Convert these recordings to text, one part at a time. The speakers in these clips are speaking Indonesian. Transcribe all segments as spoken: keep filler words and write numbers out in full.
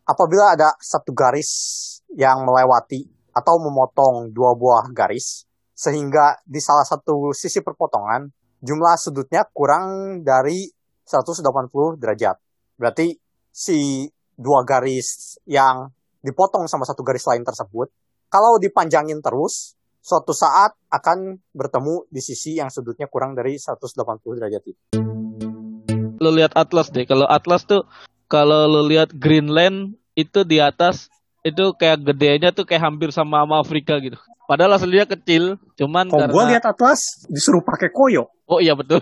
apabila ada satu garis yang melewati atau memotong dua buah garis, sehingga di salah satu sisi perpotongan jumlah sudutnya kurang dari seratus delapan puluh derajat. Berarti si dua garis yang dipotong sama satu garis lain tersebut, kalau dipanjangin terus, suatu saat akan bertemu di sisi yang sudutnya kurang dari seratus delapan puluh derajat itu. Lu lihat atlas deh. Kalau atlas tuh, kalau lu lihat Greenland itu di atas, itu kayak gedenya tuh kayak hampir sama sama Afrika gitu. Padahal aslinya kecil, cuman Kalau karena... gue lihat atlas, disuruh pakai koyo. Oh iya betul.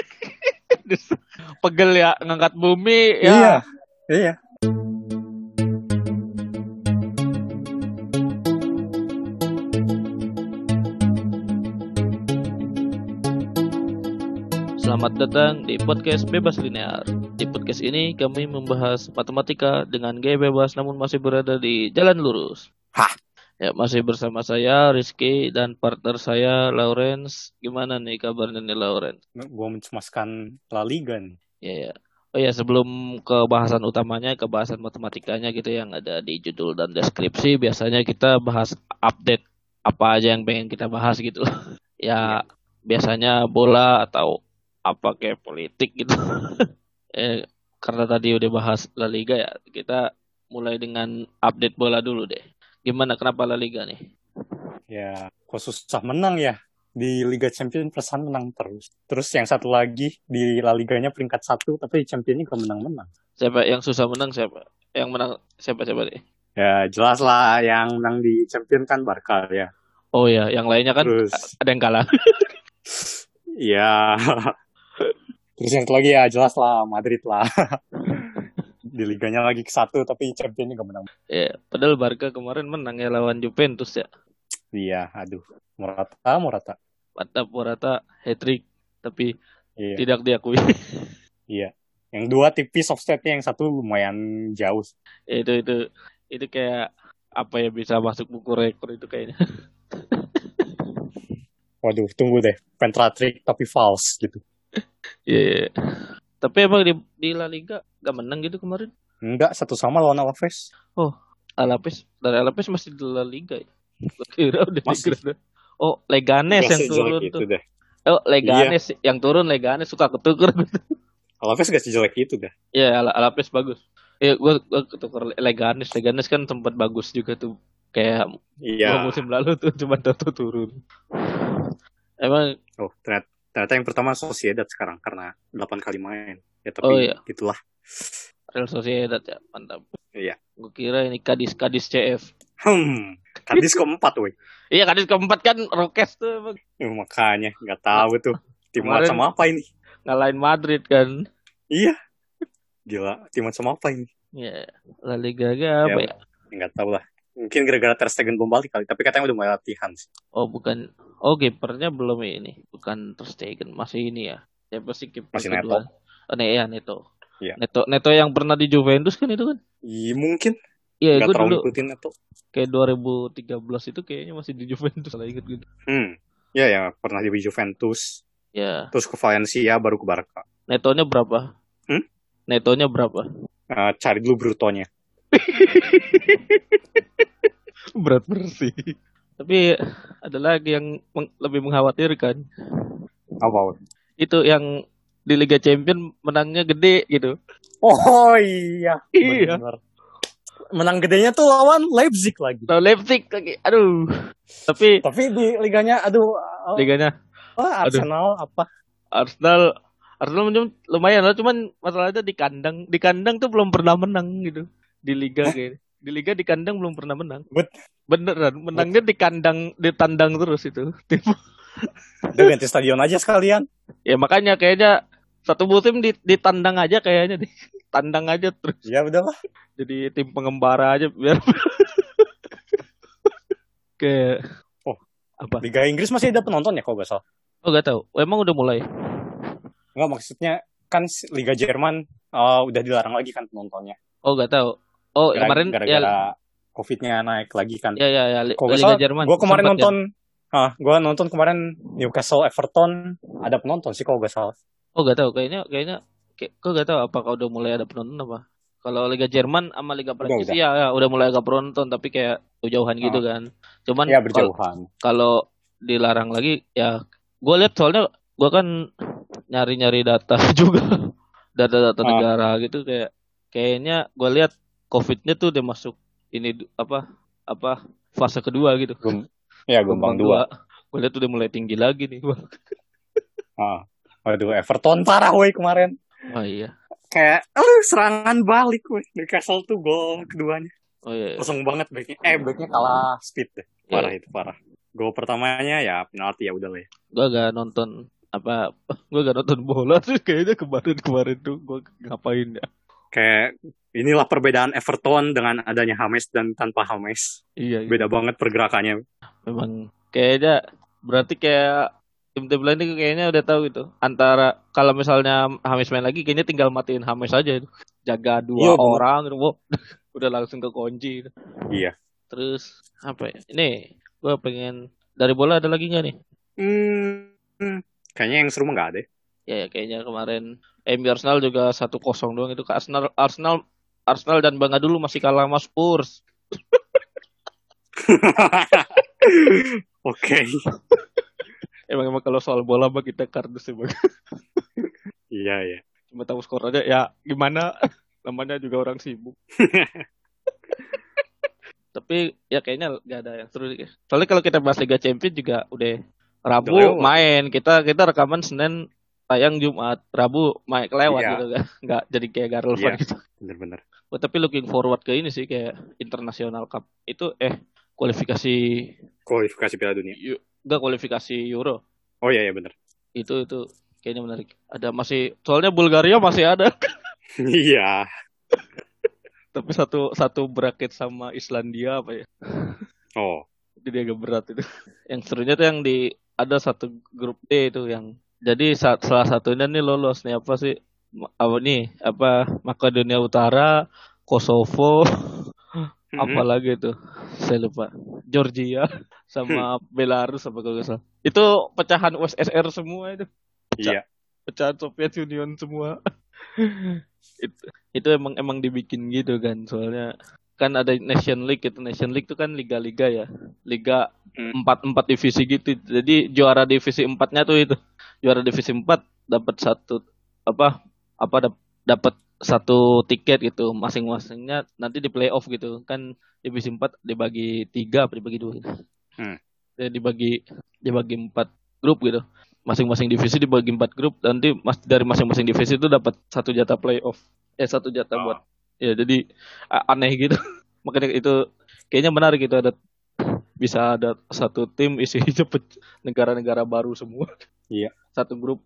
Pegel ya, ngangkat bumi ya. Iya, iya. Selamat datang di podcast Bebas Linear. Di podcast ini kami membahas matematika dengan gaya bebas namun masih berada di jalan lurus. Hah? Ya, masih bersama saya Rizky dan partner saya Lawrence. Gimana nih kabarnya nih Lawrence? Gue mencemaskan La Liga nih. Ya, ya. Oh ya, sebelum ke bahasan utamanya, ke bahasan matematikanya gitu yang ada di judul dan deskripsi, biasanya kita bahas update apa aja yang pengen kita bahas gitu. Ya, biasanya bola atau apa kayak politik gitu. eh, karena tadi udah bahas La Liga ya, kita mulai dengan update bola dulu deh. Gimana, kenapa La Liga nih? Ya, kok susah menang ya. Di Liga Champions perasaan menang terus. Terus yang satu lagi di La Liganya peringkat satu, tapi Championnya gak menang-menang. Siapa yang susah menang siapa? Yang menang siapa-siapa deh? Ya jelas lah yang menang di Champions kan Barca ya. Oh ya, yang lainnya kan Terus ada yang kalah. ya. Terus yang satu lagi ya jelas lah Madrid lah. Di liganya lagi ke satu tapi Championnya gak menang. Ya, padahal Barca kemarin menang ya lawan Juventus ya. Iya, aduh. Morata, Morata. Mantap, Morata hat-trick tapi Iya. tidak diakui. Iya. Yang dua tipis offsetnya, yang satu lumayan jauh. itu itu itu kayak apa ya, bisa masuk buku rekor itu kayaknya. Waduh, tunggu deh. Pentratrick tapi false gitu. Iya. Yeah. Tapi emang di, di La Liga gak menang gitu kemarin? Enggak, satu sama lawan Alaves. Oh, Alaves, dari Alaves masih di La Liga ya? Kira udah Liga. Oh, Leganes gak yang turun itu tuh. Deh. Oh, Leganes iya. Yang turun Leganes suka ketuker. Alaves gak sejelek itu dah. Iya, Al- Alaves bagus. Iya, gua gua ketuker Leganes. Leganes kan sempat bagus juga tuh. Kayak iya. musim lalu tuh cuma satu turun. Emang oh, ternyata, ternyata yang pertama Sociedad sekarang karena delapan kali main. Ya tapi oh, iya. Itulah. Real Sociedad ya, mantap. Iya. Gue kira ini Kadis-Kadis C F. Hmm, Kadis keempat woi. Iya, Kadis keempat kan Rokes tuh emang. Ya, makanya nggak tahu tuh tim sama apa ini. Ngalahin Madrid kan. Iya. Gila, tim sama apa ini? Iya, La Liga apa ya? Nggak tahu lah. Mungkin gara-gara Ter Stegen belum balik kali, tapi katanya udah mulai latihan sih. Oh, bukan. Oh, kipernya belum ini. Bukan Ter Stegen, masih ini ya. Siapa sih kiper Masih kedua? Neto. Oh, ne, ya, Neto. Iya. Neto, Neto yang pernah di Juventus kan itu kan? Iya, mungkin. Iya, gue terlalu dulu ikutin Neto. Kayak dua ribu tiga belas itu kayaknya masih di Juventus lah, inget gitu. Hmm. Ya, ya pernah di Juventus. Ya. Terus ke Valencia, baru ke Barca. Netonya berapa? Hmm? Netonya berapa? Uh, cari dulu brutonya. Berat bersih. Tapi ada lagi yang meng- lebih mengkhawatirkan. Apa? Itu yang di Liga Champions menangnya gede gitu. Oh iya. Iya. Benar. Menang gedenya tuh lawan Leipzig lagi. Lawan Leipzig lagi. Aduh. Tapi tapi di liganya aduh. Oh, liganya. Oh, Arsenal aduh. apa? Arsenal Arsenal lumayan lah, cuman masalahnya di kandang. Di kandang tuh belum pernah menang gitu. Di liga kayak. Di liga di kandang belum pernah menang. Bet. Beneran, menangnya Bet. di kandang, di tandang terus itu. Udah ganti stadion aja sekalian. Ya makanya kayaknya satu musim di, di tandang aja kayaknya deh. Tandang aja terus. Ya udahlah. Jadi tim pengembara aja biar. Kayak oh, apa? Liga Inggris masih ada penonton ya kalau gak salah. Oh gak tahu. Oh, emang udah mulai? Enggak, maksudnya kan Liga Jerman uh, udah dilarang lagi kan penontonnya. Oh gak tahu. Oh gara, kemarin gara-gara ya, Covid-nya naik lagi kan. Ya ya ya. Li, Liga salah, Jerman. Gue kemarin nonton, ya? ah, gue nonton kemarin Newcastle Everton ada penonton sih kalau gak salah. Oh gak tahu. Kayaknya kayaknya kayak, kok gak tahu apakah udah mulai ada penonton apa? Kalau Liga Jerman sama Liga Udah, Prancis udah. ya, ya udah mulai agak beronton tapi kayak jauhan gitu Oh, kan. Cuman ya kal- berjauhan. kalau dilarang lagi ya gue lihat soalnya gue kan nyari-nyari data juga, data-data Ah, negara gitu kayak kayaknya gue lihat COVID-nya tuh udah masuk ini du- apa apa fase kedua gitu, gem, ya gelombang gelombang dua. dua. Gue lihat udah mulai tinggi lagi nih bang. Ah, waduh, Everton parah woi kemarin. Oh iya, Kayak, aduh, serangan balik woi. Newcastle tuh gol keduanya. oh iya, iya. Kosong banget backnya. Eh, backnya kalah speed deh. Parah Iya. itu, parah. Gol pertamanya ya penalti ya udah lah ya. Gue gak nonton apa, gue gak nonton bola sih kayaknya kemarin-kemarin tuh gue ngapain ya. Kayak inilah perbedaan Everton dengan adanya James dan tanpa James. Iya, iya. Beda banget pergerakannya. Memang kayaknya berarti kayak tim-tim lain itu kayaknya udah tahu itu antara kalau misalnya Hamis main lagi kayaknya tinggal matiin Hamis aja itu, jaga dua Iya bener. orang gitu, wow, udah langsung ke kunci gitu. Iya. Terus apa ya ini gue pengen dari bola ada lagi nggak nih? Hmm, hmm. Kayaknya yang seru mah nggak ada. Ya, ya kayaknya kemarin M U Arsenal juga satu kosong doang itu ke Arsenal Arsenal Arsenal dan Bangga dulu masih kalah sama Spurs. Oke. Emang emang kalau soal bola mah kita kardus ya bang. Iya, iya. Cuma tahu skor aja ya gimana. Namanya juga orang sibuk. Tapi ya kayaknya nggak ada yang seru sih, guys. Soalnya kalau kita bahas Liga Champions juga udah Udah Rabu lewat. main. Kita kita rekaman Senin tayang Jumat. Rabu main kelewat Iya. gitu kan. Nggak jadi kayak gak relevan Iya. gitu. Bener-bener. Oh, tapi looking forward ke ini sih kayak International Cup. Itu eh kualifikasi Kualifikasi Piala Dunia. Eu- nggak kualifikasi Euro. Oh iya, iya bener. Itu itu kayaknya menarik. Ada masih soalnya Bulgaria masih ada. Iya. Tapi satu satu bracket sama Islandia apa ya? Oh. Jadi agak berat itu. Yang serunya tuh yang di ada satu grup D itu yang jadi sa- salah satunya nih lolos nih apa sih? Ma- Apa nih? Apa Makedonia Utara, Kosovo, apa Mhm. lagi tuh? Saya lupa. Georgia sama Belarus apa kalau nggak salah. Itu pecahan U S S R semua itu. Iya. Pecahan Soviet Union semua. itu itu emang emang dibikin gitu kan soalnya kan ada Nation League itu Nation League itu kan liga-liga ya liga Hmm. empat empat divisi gitu jadi juara divisi empatnya tuh itu juara divisi empat dapat satu apa apa dap- dapat satu tiket gitu masing-masingnya nanti di playoff gitu kan divisi empat dibagi tiga apa dibagi dua gitu. Hmm. Jadi dibagi dibagi empat grup gitu masing-masing divisi dibagi empat grup nanti mas dari masing-masing divisi itu dapat satu jatah playoff eh satu jatah Ah. buat ya jadi a- aneh gitu makanya itu kayaknya menarik itu ada bisa ada satu tim isinya pe- negara-negara baru semua Iya. satu grup.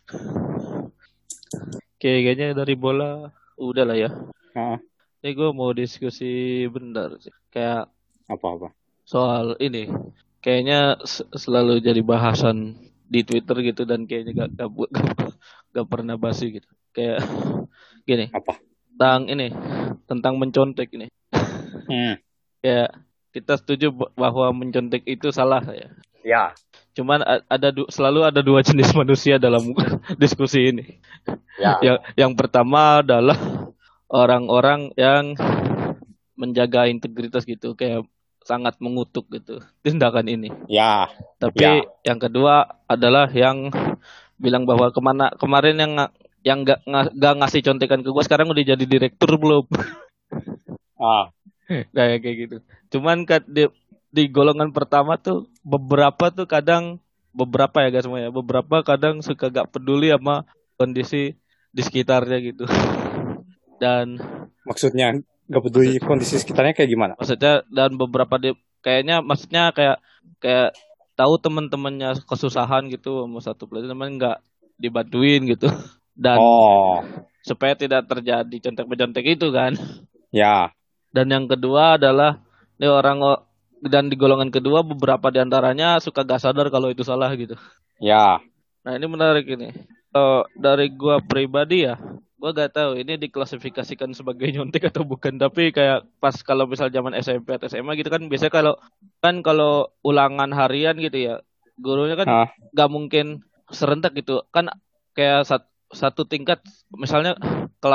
Oke, kayaknya dari bola udah lah ya. Ah. Ini gue mau diskusi bentar sih kayak Apa-apa. soal ini kayaknya s- selalu jadi bahasan di Twitter gitu dan kayaknya gak, gak, bu- gak, gak pernah basi gitu kayak gini Apa? tentang ini tentang mencontek ini Hmm. kayak kita setuju b- bahwa mencontek itu salah ya Ya. cuman a- ada du- selalu ada dua jenis manusia dalam diskusi ini Ya. yang yang pertama adalah orang-orang yang menjaga integritas gitu kayak sangat mengutuk gitu tindakan ini. Ya. Tapi Ya. yang kedua adalah yang bilang bahwa kemana kemarin yang nga- yang gak, gak ngasih contekan ke gue sekarang udah jadi direktur belum. Ah. Kayak kayak gitu. Cuman kan di, di golongan pertama tuh beberapa tuh kadang beberapa ya guys semua ya beberapa kadang suka gak peduli sama kondisi di sekitarnya gitu. Dan Maksudnya nggak peduli kondisi sekitarnya kayak gimana? maksudnya dan beberapa di kayaknya maksudnya kayak kayak tahu teman-temannya kesusahan gitu sama satu pelajaran teman nggak dibantuin gitu dan Oh. supaya tidak terjadi contek-mencontek itu kan. Ya. Dan yang kedua adalah ini orang dan di golongan kedua beberapa diantaranya suka gak sadar kalau itu salah gitu. Ya. Nah ini menarik ini. Eh, dari gua pribadi ya, gua gak tahu ini diklasifikasikan sebagai nyontek atau bukan. Tapi kayak pas kalau misal zaman S M P atau S M A gitu kan biasanya kalau kan kalau ulangan harian gitu ya, gurunya kan Ah. gak mungkin serentak gitu. Kan kayak sat- satu tingkat misalnya kelas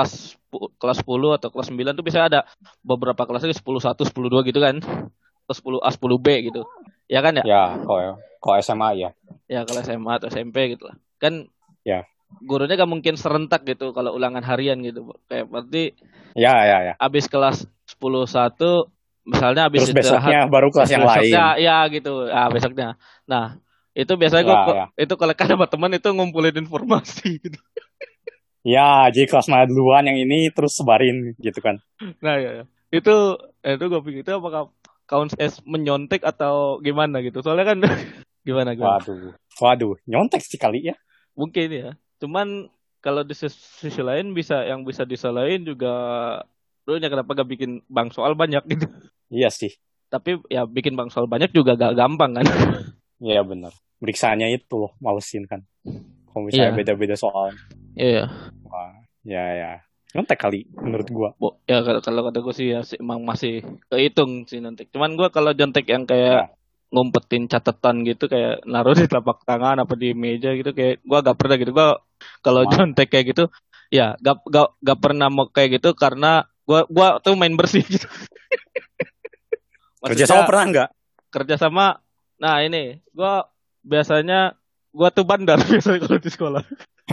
kelas sepuluh atau kelas sembilan tuh bisa ada beberapa kelasnya sepuluh satu, sepuluh dua gitu kan. Atau sepuluh A, sepuluh B gitu. Ya kan ya? Ya, kalau kalau S M A ya. Ya kalau S M A atau S M P gitu lah. Kan Ya. gurunya gak mungkin serentak gitu kalau ulangan harian gitu. Kayak berarti Ya, ya, ya. abis kelas sepuluh satu misalnya abis Terus besoknya istirahat, baru kelas yang besoknya lain. ya gitu. Ah besoknya. Nah, itu biasanya gue Ya, ya. itu kalau kan sama teman itu ngumpulin informasi gitu. Ya, jadi kelas mana duluan yang ini terus sebarin gitu kan. Nah, ya, ya. Itu eh, itu gue pikir itu apakah counts as menyontek atau gimana gitu. Soalnya kan gimana gimana. Waduh. Waduh, nyontek sih kali ya. Mungkin ya. Cuman kalau di sis- sisi lain bisa yang bisa disalahin juga lu nya kenapa gak bikin bang soal banyak gitu. Iya sih. Tapi ya bikin bang soal banyak juga gak gampang kan. Iya benar. Periksanya itu loh, malesin kan. Kalau misalnya Iya. beda-beda soal. Iya. Wah, ya ya. Nyontek kali menurut gua. Bo, ya kalau kalau kata gue sih ya sih, emang masih kehitung sih nanti. Cuman gue kalau jontek yang kayak Ya. ngumpetin catatan gitu kayak naruh di telapak tangan apa di meja gitu kayak gue gak pernah gitu. Gue kalau Wah. jontek kayak gitu ya gak gak gak pernah mau kayak gitu karena gue gua tuh main bersih gitu. Kerja sama pernah nggak? Kerja sama. Nah ini gue biasanya gue tuh bandar biasanya kalau di sekolah.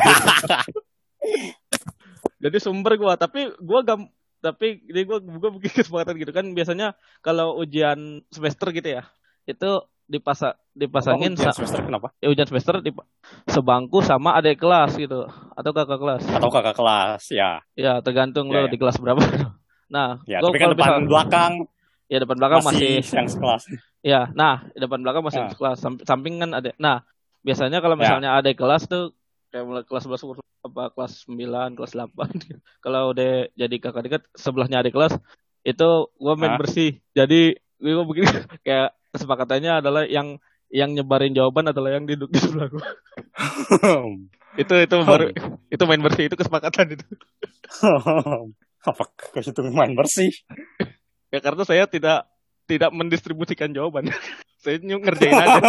Jadi sumber gue tapi gue gak tapi jadi gue gue bikin kesepakatan gitu kan biasanya kalau ujian semester gitu ya itu dipasa dipasangin Apa, ujian sa- semester kenapa? ya ujian semester di sebangku sama adik kelas gitu atau kakak kelas Atau kakak kelas, ya. ya tergantung Ya, lo ya. di kelas berapa. Nah Ya, gua tapi kan kalau depan bisa- belakang ya depan belakang masih, masih yang sekelas. ya nah di depan belakang masih Ah. kelas Samp- samping kan ada. Nah biasanya kalau Ya. misalnya adik kelas tuh kayak mulai kelas sebelas apa kelas sembilan kelas delapan kalau udah jadi kakak dekat sebelahnya adik kelas itu gue main Hah? bersih. Jadi gue begini kayak kesepakatannya adalah yang yang nyebarin jawaban adalah yang duduk di sebelah gue. itu itu baru itu main bersih itu kesepakatan itu. Apa itu main bersih? Ya karena saya tidak tidak mendistribusikan jawaban. Saya nyu- ngerjain aja.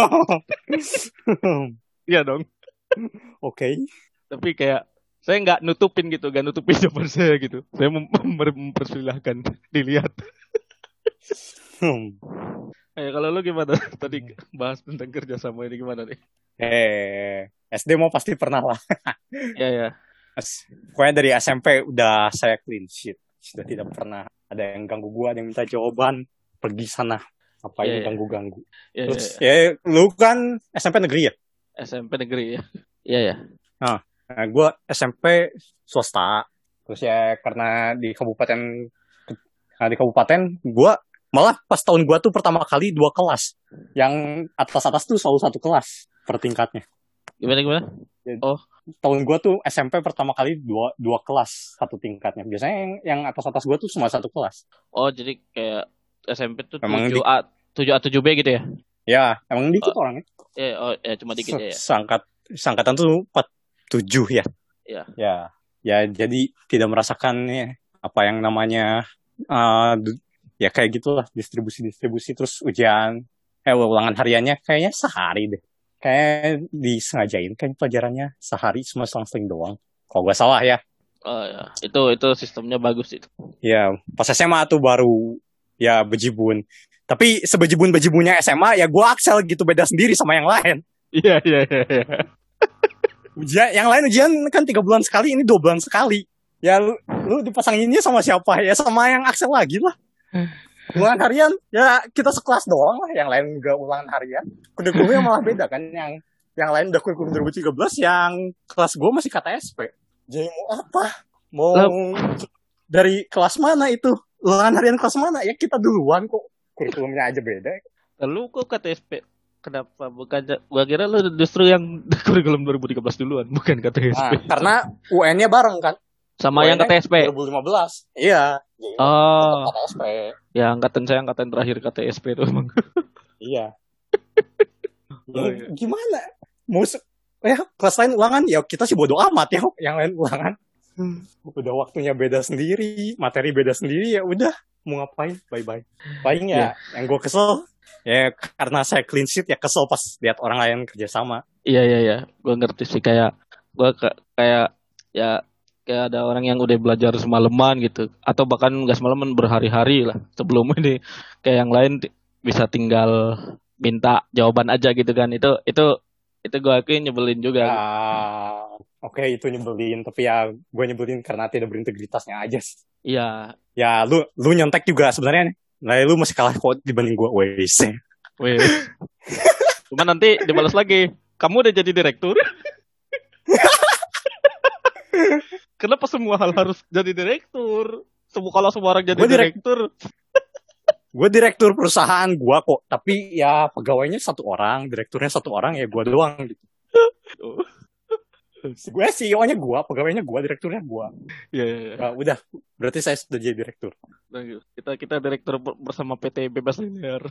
Iya dong. Oke. Tapi kayak saya nggak nutupin gitu, nggak nutupin jawaban saya gitu. Saya mem- mem- mempersilahkan dilihat. Hmm. Eh kalau lu gimana? Tadi bahas tentang kerja sama ini gimana nih? Eh, S D mau pasti pernah lah. Ya ya. As- Pokoknya dari S M P udah saya clean sheet. Sudah tidak pernah ada yang ganggu gua, ada yang minta jawaban. Pergi sana. Apa Iya, ini iya. ganggu-ganggu. Ya, Terus ya, ya lu kan S M P negeri ya? S M P negeri ya. Iya ya. Nah, gua S M P swasta. Terus ya karena di kabupaten nah, di kabupaten gua malah pas tahun gua tuh pertama kali dua kelas. Yang atas-atas tuh selalu satu kelas per tingkatnya. Gimana gimana? Oh, Tahun gua tuh S M P pertama kali dua dua kelas satu tingkatnya. Biasanya yang, yang atas-atas gua tuh cuma satu kelas. oh jadi kayak S M P tuh Emang tujuh A, tujuh A tujuh B gitu ya? Ya, emang dikit orangnya. Eh, oh ya cuma dikit ya. ya. Sangkat sangkatan tuh empat tujuh ya. Iya. Ya. Ya, jadi tidak merasakan ya, apa yang namanya uh, du- ya kayak gitulah distribusi-distribusi terus ujian eh ulangan hariannya kayaknya sehari deh. Kayak disengajain kayak pelajarannya sehari cuma selang-seling doang. Kalau gak salah ya. Oh ya, itu itu sistemnya bagus itu. Ya, pas S M A tuh baru ya bejibun. Tapi sebejibun-bejibunnya S M A ya gue Axel gitu beda sendiri sama yang lain. Iya iya iya. iya. Ujian, yang lain ujian kan tiga bulan sekali, ini dua bulan sekali. Ya lu, lu dipasanginnya sama siapa? Ya sama yang Axel lagi lah. Ulangan harian, ya kita sekelas doang lah. Yang lain gak ulangan harian. Kurikulumnya malah beda kan. Yang yang lain udah kurikulum dua ribu tiga belas, yang kelas gue masih K T S P. Jadi mau apa? Mau Lep. dari kelas mana itu? Ulangan harian kelas mana? Ya kita duluan kok. Kurikulumnya aja beda. Lu kok K T S P? Kenapa bukan? Gua kira lu justru yang kurikulum dua ribu tiga belas duluan, bukan K T S P. Nah, karena U N-nya bareng kan. Sama yang K T S P. dua ribu lima belas. Iya. Jadi Oh, K T S P. ya angkatan saya angkatan terakhir K T S P itu emang. Iya. Oh, Ya, iya. gimana? Mau se- ya kelas lain ulangan ya kita sih bodo amat ya yang lain ulangan. Udah waktunya beda sendiri, materi beda sendiri ya udah mau ngapain bye bye. Paling ya Iya. yang gue kesel ya karena saya clean sheet ya kesel pas lihat orang lain kerja sama. Iya iya iya, gue ngerti sih kayak gue kayak ya kayak ada orang yang udah belajar semalaman gitu, atau bahkan nggak semalaman, berhari-hari lah sebelum ini, kayak yang lain t- bisa tinggal minta jawaban aja gitu kan. Itu itu itu gue akuin nyebelin juga Ya, gitu. oke itu nyebelin, tapi ya gue nyebelin karena tidak berintegritasnya aja sih. Iya, Ya, lu lu nyontek juga sebenarnya. Nah, lu masih kalah kok dibanding gue, wes. wes. Cuma nanti dibalas lagi, kamu udah jadi direktur. Kenapa semua hal harus jadi direktur? Semua kalau semua orang jadi Gue direk, direktur, gue direktur perusahaan gue kok, tapi ya pegawainya satu orang, direkturnya satu orang, ya gue doang gitu. oh, Gue C E O-nya gue, pegawainya gue, direkturnya gue. ya, ya, ya. Nah, udah, berarti saya sudah jadi direktur. Nah, gitu. Kita kita direktur ber- bersama P T Bebas Linear.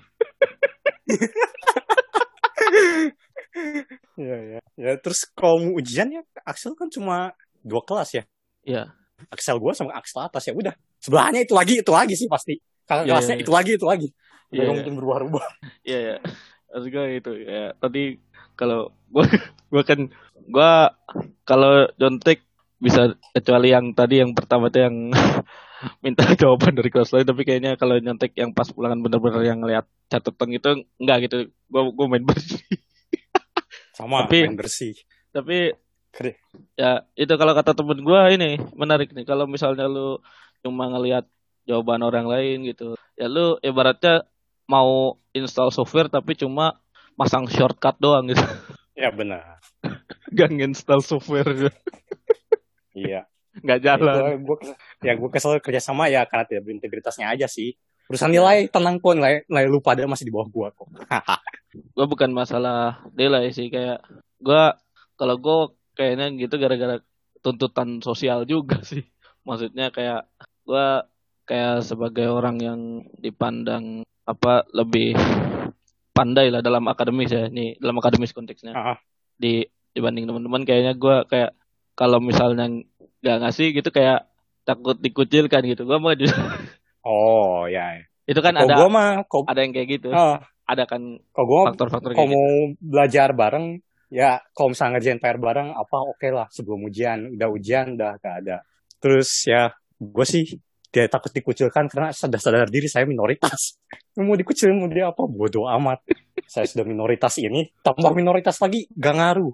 Ya, ya. Ya, terus kalau mau ujian ya, Axel kan cuma dua kelas ya. Iya. Axel gue sama Axel atas ya udah. Sebelahnya itu lagi, itu lagi sih pasti. Kakak Iya, kelasnya iya, itu lagi, itu lagi. iya, Gak iya. mungkin berubah-ubah. Iya, ya. Maksud gue itu ya. Tadi kalau gua gua kan gua kalau jontek bisa, kecuali yang tadi yang pertama itu yang minta jawaban dari kelas lain, tapi kayaknya kalau nyontek yang pas pulangan bener-bener yang lihat catatan itu enggak gitu. Gua gua main bersih. Sama, Tapi main bersih. tapi Keren. ya itu kalau kata temen gua ini menarik nih, kalau misalnya lu cuma ngelihat jawaban orang lain gitu, ya lu ibaratnya mau install software tapi cuma masang shortcut doang gitu. Ya benar. Gak nginstal software, Iya. nggak Ya, jalan. gue, gue, ya gue kesel kerjasama ya karena tidak berintegritasnya aja sih. Urusan Ya. nilai, tenang kok, nilai, nilai lu pada masih di bawah gue kok. Gue bukan masalah nilai sih, kayak gue kalau gue kayaknya gitu gara-gara tuntutan sosial juga sih. Maksudnya kayak gue kayak sebagai orang yang dipandang apa lebih pandai lah dalam akademis ya, ini dalam akademis konteksnya, Ah, di dibanding teman-teman, kayaknya gue kayak kalau misalnya nggak ngasih gitu kayak takut dikucilkan gitu. Gue mau justru oh ya. itu kan Kalau ada gue mah, kok, ada yang kayak gitu, ah, ada kan kalau gue faktor-faktor kalau kayak gitu. mau belajar bareng, ya kalau misalnya ngerjain P R bareng, apa oke lah sebelum ujian. Udah ujian, udah gak ada. Terus ya, gue sih dia takut dikucilkan karena sudah sadar diri saya minoritas. Mau dikucilin mau dia apa? Bodoh amat. Saya sudah minoritas ini, tambah minoritas lagi, gak ngaruh.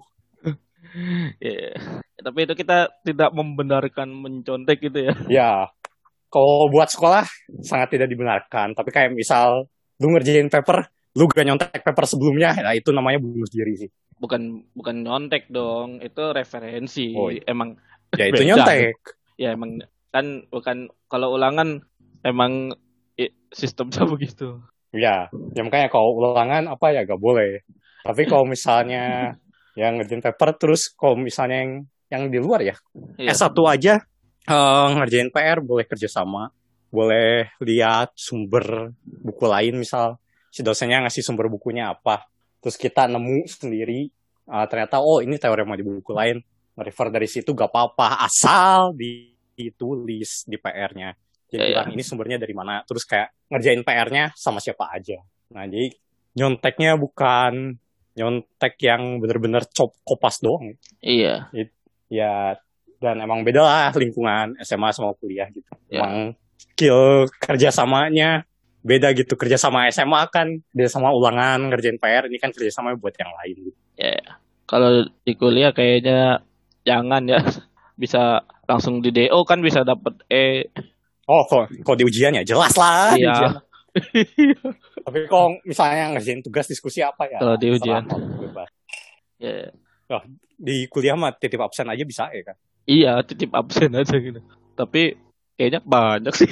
Ya, tapi itu kita tidak membenarkan mencontek gitu ya. Ya, kalau buat sekolah sangat tidak dibenarkan. Tapi kayak misal lu ngerjain paper, lu gak nyontek paper sebelumnya, nah itu namanya bunuh diri sih. Bukan bukan nyontek dong, itu referensi. Oh, iya. Emang Ya itu beda. nyontek. Ya emang kan bukan, kalau ulangan emang i- sistemnya begitu. Ya, ya makanya kalau ulangan apa ya gak boleh. Tapi kalau misalnya yang ngerjain paper, terus kalau misalnya yang yang di luar ya, Iya. S satu aja eh, ngerjain P R boleh kerjasama, boleh lihat sumber buku lain, misal si dosennya ngasih sumber bukunya apa, terus kita nemu sendiri, eh, ternyata oh ini teorema di buku lain, nge-refer dari situ gak apa-apa, asal di- ditulis di P R-nya. Jadi Ya, bilang ya. ini sumbernya dari mana, terus kayak ngerjain P R-nya sama siapa aja. Nah jadi nyonteknya bukan nyontek yang bener-bener cop kopas doang. Iya. Ya, dan emang beda lah lingkungan S M A sama kuliah gitu. Ya. Emang skill kerjasamanya beda gitu. Kerjasama S M A kan kerjasama ulangan, ngerjain P R, ini kan kerjasama buat yang lain gitu. Ya, ya. Kalau di kuliah kayaknya jangan ya. Bisa langsung di D O kan bisa dapet E. Oh, kok, kok di ujian ya? Jelas lah di ujian. Iya. Tapi kalau misalnya ngerjain tugas diskusi apa ya? Kalau di terserah, ujian. bebas. Ya. Oh, di kuliah mah titip absen aja bisa ya kan? Iya, titip absen aja gitu. Tapi kayaknya banyak sih.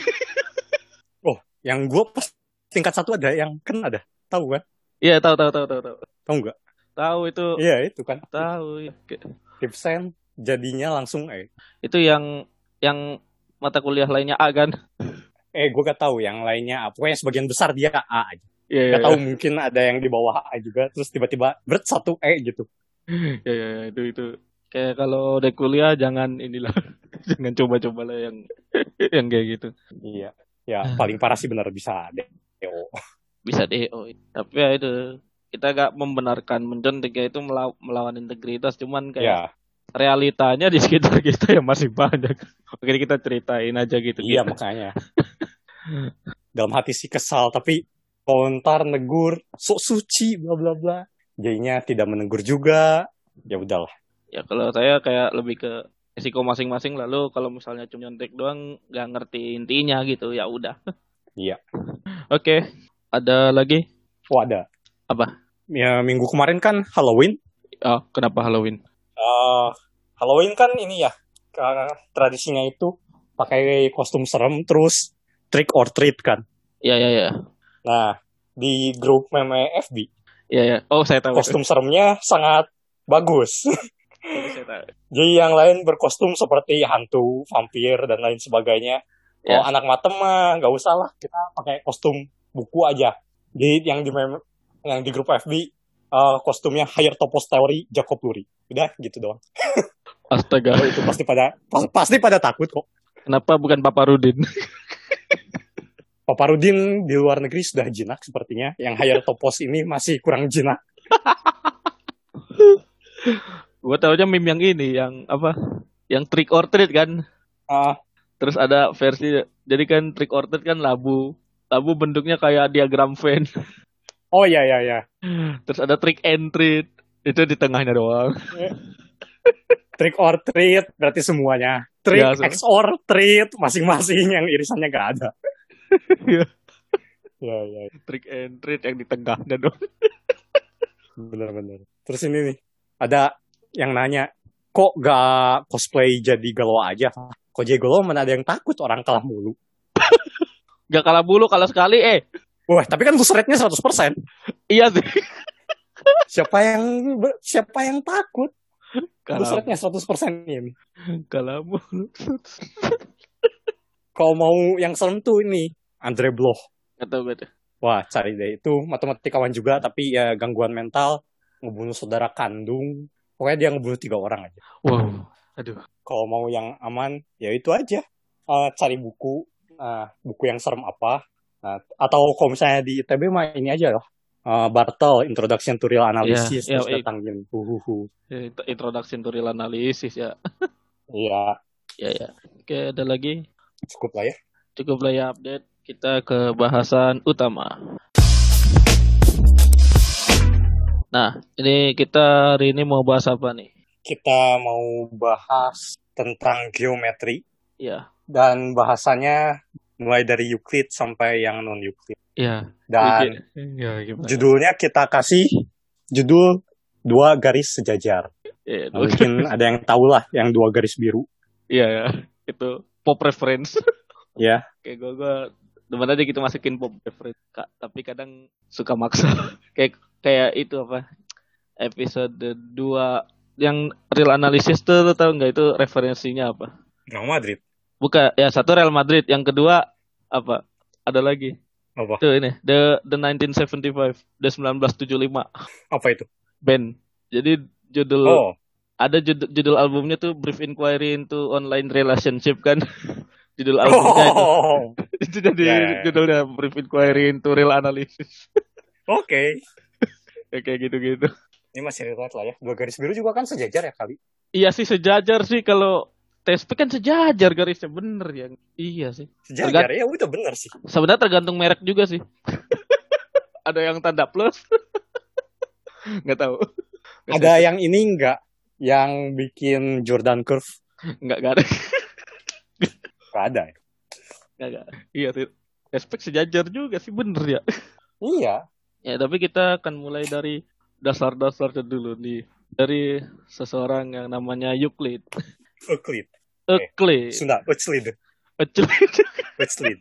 Oh, yang gue pas tingkat satu ada yang kan ada. Tahu kan? Iya, tahu tahu tahu tahu tahu. Tahu nggak? Tahu itu. Iya, itu kan. Tahu. Absen jadinya langsung eh. Itu yang yang mata kuliah lainnya A kan? Eh, gue gak tahu yang lainnya apa. Pokoknya sebagian besar dia A aja. Iya, Gak iya. tahu mungkin ada yang di bawah A juga. Terus tiba-tiba berat satu E gitu. Ya, ya, ya, itu itu kayak kalau udah kuliah jangan inilah, jangan coba-coba lah yang yang kayak gitu. Iya, ya paling parah sih benar bisa D O. Bisa D O. Tapi ya itu kita gak membenarkan mencontek ya, itu melaw- melawan integritas, cuman kayak Ya, realitanya di sekitar kita ya masih banyak. Oke, kita ceritain aja gitu. Iya, gitu. makanya. Dalam hati sih kesal, tapi komentar negur, sok suci, bla bla bla. Jadinya tidak menegur juga. Ya udahlah. Ya kalau saya kayak lebih ke risiko masing-masing, lalu kalau misalnya cuma nyontek doang nggak ngerti intinya gitu, ya udah. Iya. Oke, ada lagi? Oh, ada. Apa? Ya, minggu kemarin kan Halloween. Oh, kenapa Halloween? Uh, Halloween kan ini ya, uh, tradisinya itu pakai kostum serem terus trick or treat kan. Iya, iya, iya. Nah, di grup meme F B, iya, iya. Oh, saya tahu. Kostum seremnya sangat bagus. Itu saya tahu. Jadi yang lain berkostum seperti hantu, vampir, dan lain sebagainya. Kalau Ya. anak matem mah nggak usah lah, kita pakai kostum buku aja. Jadi yang di meme, yang di grup F B, uh, kostumnya Higher Topos Theory, Jacob Luri. Udah gitu doang. Astaga. Oh, itu pasti pada pas, pasti pada takut kok. Kenapa bukan Papa Rudin? Papa Rudin di luar negeri sudah jinak sepertinya. Yang Higher Topos ini masih kurang jinak. Gue tau aja meme yang ini, yang apa? Yang trick or treat kan. Uh, Terus ada versi, jadi kan trick or treat kan labu. Labu bentuknya kayak diagram Venn. oh iya iya iya. Terus ada trick and treat. Itu di tengahnya doang. Trick or treat berarti semuanya. Trick Ya, so. X or treat masing-masing yang irisannya gak ada. Iya. Ya ya. Trick and treat yang di tengahnya doang. Bener-bener. Terus ini nih, ada yang nanya, kok gak cosplay jadi Galwa aja? Kok jadi Galwa mana ada yang takut, orang kalah mulu. Gak kalah bulu, kalah sekali eh. Wah, tapi kan lose rate-nya seratus persen. Iya sih. Siapa yang siapa yang takut? Lose Kalah, rate-nya seratus persen ini. kalah mulu. Kalau mau yang serem tuh ini, Andre Bloch. Gak tau gue tuh. Wah, cari deh. Itu matematikawan juga, tapi ya gangguan mental, ngebunuh saudara kandung. Pokoknya dia ngebunuh tiga orang aja. Wow. Aduh. Kalau mau yang aman, ya itu aja. Uh, cari buku, uh, buku yang serem apa. Nah, atau kalau misalnya di I T B mah ini aja loh. Uh, Bartel, Introduction to Real Analysis. Ya, terus ya, datangin. Huhuhu. Introduction to real analysis ya. Iya. Ya, ya. Oke, ada lagi? Cukup lah ya. Cukup lah ya update. Kita ke bahasan utama. Nah, ini kita hari ini mau bahas apa nih? Kita mau bahas tentang geometri. Iya. Dan bahasanya mulai dari Euclid sampai yang non-Euclid. Iya. Dan ya, judulnya kita kasih judul dua garis sejajar. Ya, nah, mungkin ada yang tahu lah yang dua garis biru. Iya ya, itu pop reference. Ya. Kayak gue gue demen aja gitu masukin pop reference. Kak, tapi kadang suka maksa. kayak kayak itu apa? Episode dua yang real analysis tuh lo tau nggak itu referensinya apa? Real Madrid. Bukan, ya satu Real Madrid, yang kedua apa? Ada lagi. Apa? Tuh ini, The The nineteen seventy-five, The nineteen seventy-five. Apa itu? Band. Jadi judul oh. ada judul, judul albumnya tuh Brief Inquiry into Online Relationship kan. Judul albumnya oh. itu. Itu jadi yeah, yeah. judulnya Brief Inquiry into Real Analysis. Oke. Okay. Ya, kayak gitu-gitu. Ini masih relate lah ya. Dua garis biru juga kan sejajar ya kali? Iya sih sejajar sih, kalau T S P kan sejajar garisnya, bener ya. Iya sih. Sejajar Tergant- ya udah bener sih. Sebenarnya tergantung merek juga sih. Ada yang tanda plus. Nggak tahu. Nggak ada sih. Yang ini enggak? Yang bikin Jordan Curve? Enggak, enggak ada. Enggak ada ya? Enggak, enggak. Iya sih. Respect sejajar juga sih, bener ya. Iya. Ya, tapi kita akan mulai dari dasar-dasarnya dulu nih. Dari seseorang yang namanya Euclid. Euclid. Euclid. Sunda, Euclid. Euclid. Euclid.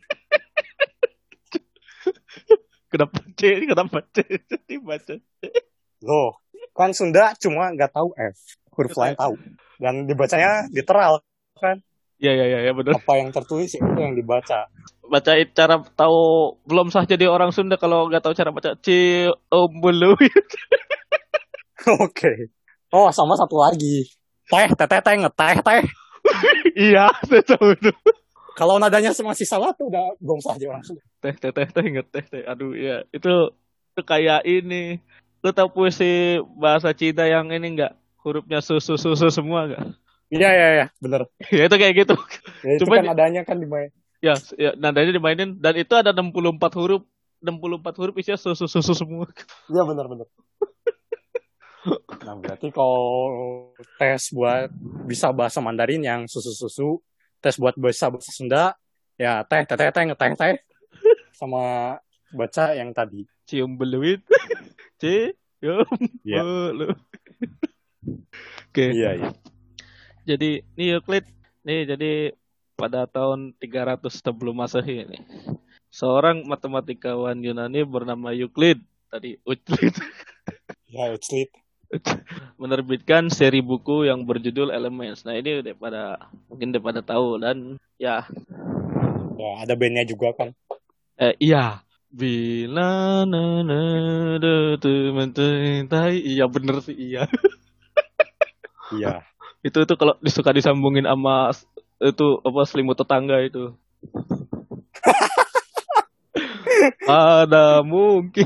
Kenapa C? Kenapa C? Dibaca C. Loh, kan Sunda cuma nggak tahu F. Huruf lain tahu. Dan dibacanya literal, kan? Iya, iya, iya, ya, benar. Apa yang tertulis itu yang dibaca. Baca cara tahu belum sah jadi orang Sunda kalau nggak tahu cara baca C ombulu. Oke. Oh, sama satu lagi. Teh, teh, teh, teh, ngeteh, teh. Iya, saya tahu itu. Kalau nadanya masih salah tuh udah belum sah jadi orang Sunda. Teh, teh, teh, teh, ngeteh, teh. Aduh, ya. Itu itu kayak ini. Lu tahu puisi bahasa Cina yang ini nggak? hurufnya susu susu semua gak? Iya iya iya, bener. Ya itu kayak gitu. Ya itu Cuma kan adanya kan dimain. ya, ya nadanya dimainin dan itu ada enam puluh empat huruf, enam puluh empat huruf isinya susu susu semua. Iya bener bener. Nah berarti kalau tes buat bisa bahasa Mandarin yang susu-susu, tes buat bisa bahasa Sunda, ya teh teh teh teh ngeteh teh, sama baca yang tadi. Cium beluit. C cium Iya. beluit. Oke. Iya iya. Jadi ini Euclid nih, jadi pada tahun tiga ratus sebelum Masehi ini, seorang matematikawan Yunani bernama Euclid, tadi Euclid, Ya Euclid. menerbitkan seri buku yang berjudul Elements. Nah ini udah pada mungkin udah pada tahu dan ya Ya ada bandnya juga kan. eh iya bila nana tu mencintai, iya bener sih iya. Iya. itu itu kalau disuka disambungin sama s- itu apa selimut tetangga itu. Ada mungkin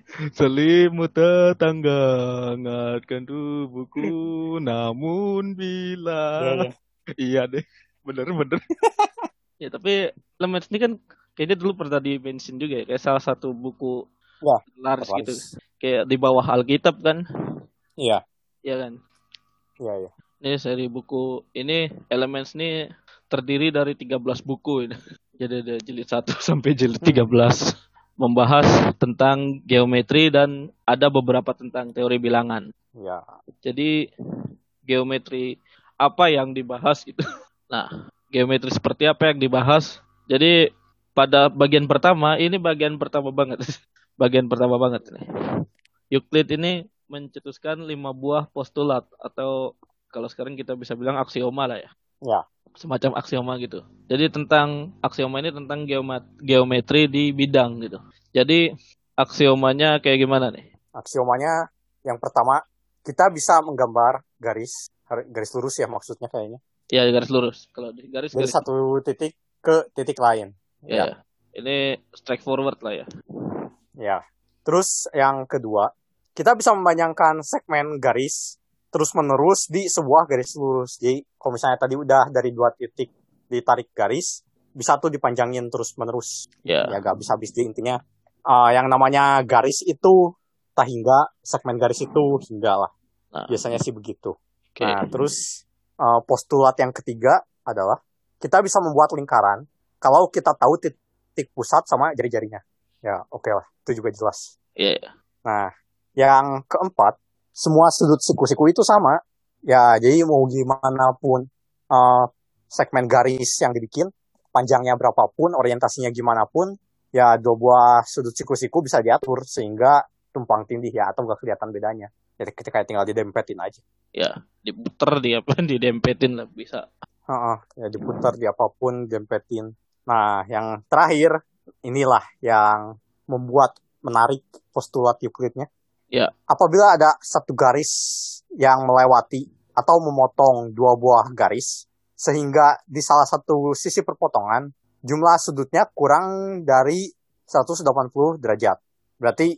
selimut tetangga hangatkan tubuhku, namun bila Iya iya. iya deh, bener-bener. Ya tapi Lemets ini kan kayaknya dulu pernah di mention juga ya, kayak salah satu buku Ya. laris gitu, Terlaris. kayak di bawah Alkitab kan, Iya. ya kan. Iya iya. Ini seri buku ini Elements ini terdiri dari tiga belas buku ini. Jadi ada jilid satu sampai jilid tiga belas, membahas tentang geometri dan ada beberapa tentang teori bilangan. Iya. Jadi geometri apa yang dibahas gitu. Nah, geometri seperti apa yang dibahas? Jadi pada bagian pertama, ini bagian pertama banget. Bagian pertama banget nih. Euclid ini mencetuskan lima buah postulat atau kalau sekarang kita bisa bilang aksioma lah ya. Ya. Semacam aksioma gitu. Jadi tentang aksioma ini tentang geomat- geometri di bidang gitu. Jadi aksiomanya kayak gimana nih? Aksiomanya yang pertama, kita bisa menggambar garis garis lurus ya maksudnya kayaknya. Ya garis lurus. Kalau di garis Dari garis satu titik ke titik lain. ya, Ya. ya. Ini straightforward lah ya. Ya. Terus yang kedua, kita bisa membayangkan segmen garis terus menerus di sebuah garis lurus. Jadi kalau misalnya tadi udah dari dua titik ditarik garis, bisa tuh dipanjangin terus menerus. Ya. Ya gak bisa habis di intinya. Uh, yang namanya garis itu tak hingga, segmen garis itu hingga lah. Nah, Biasanya sih begitu. oke. Nah terus uh, postulat yang ketiga adalah kita bisa membuat lingkaran kalau kita tahu titik pusat sama jari-jarinya. Ya oke lah, itu juga jelas. Iya. Yeah. Nah, yang keempat, semua sudut siku-siku itu sama. Ya, jadi mau gimana pun uh, segmen garis yang dibikin, panjangnya berapapun, orientasinya gimana pun, ya dua buah sudut siku-siku bisa diatur sehingga tumpang tindih ya, atau nggak kelihatan bedanya. Jadi ketika tinggal didempetin aja. Ya, diputer di apa, didempetin lah bisa. Uh-uh, ya diputar di apapun, dempetin. Nah, yang terakhir, inilah yang membuat menarik postulat Euclidnya. Ya. Apabila ada satu garis yang melewati atau memotong dua buah garis, sehingga di salah satu sisi perpotongan, jumlah sudutnya kurang dari seratus delapan puluh derajat. Berarti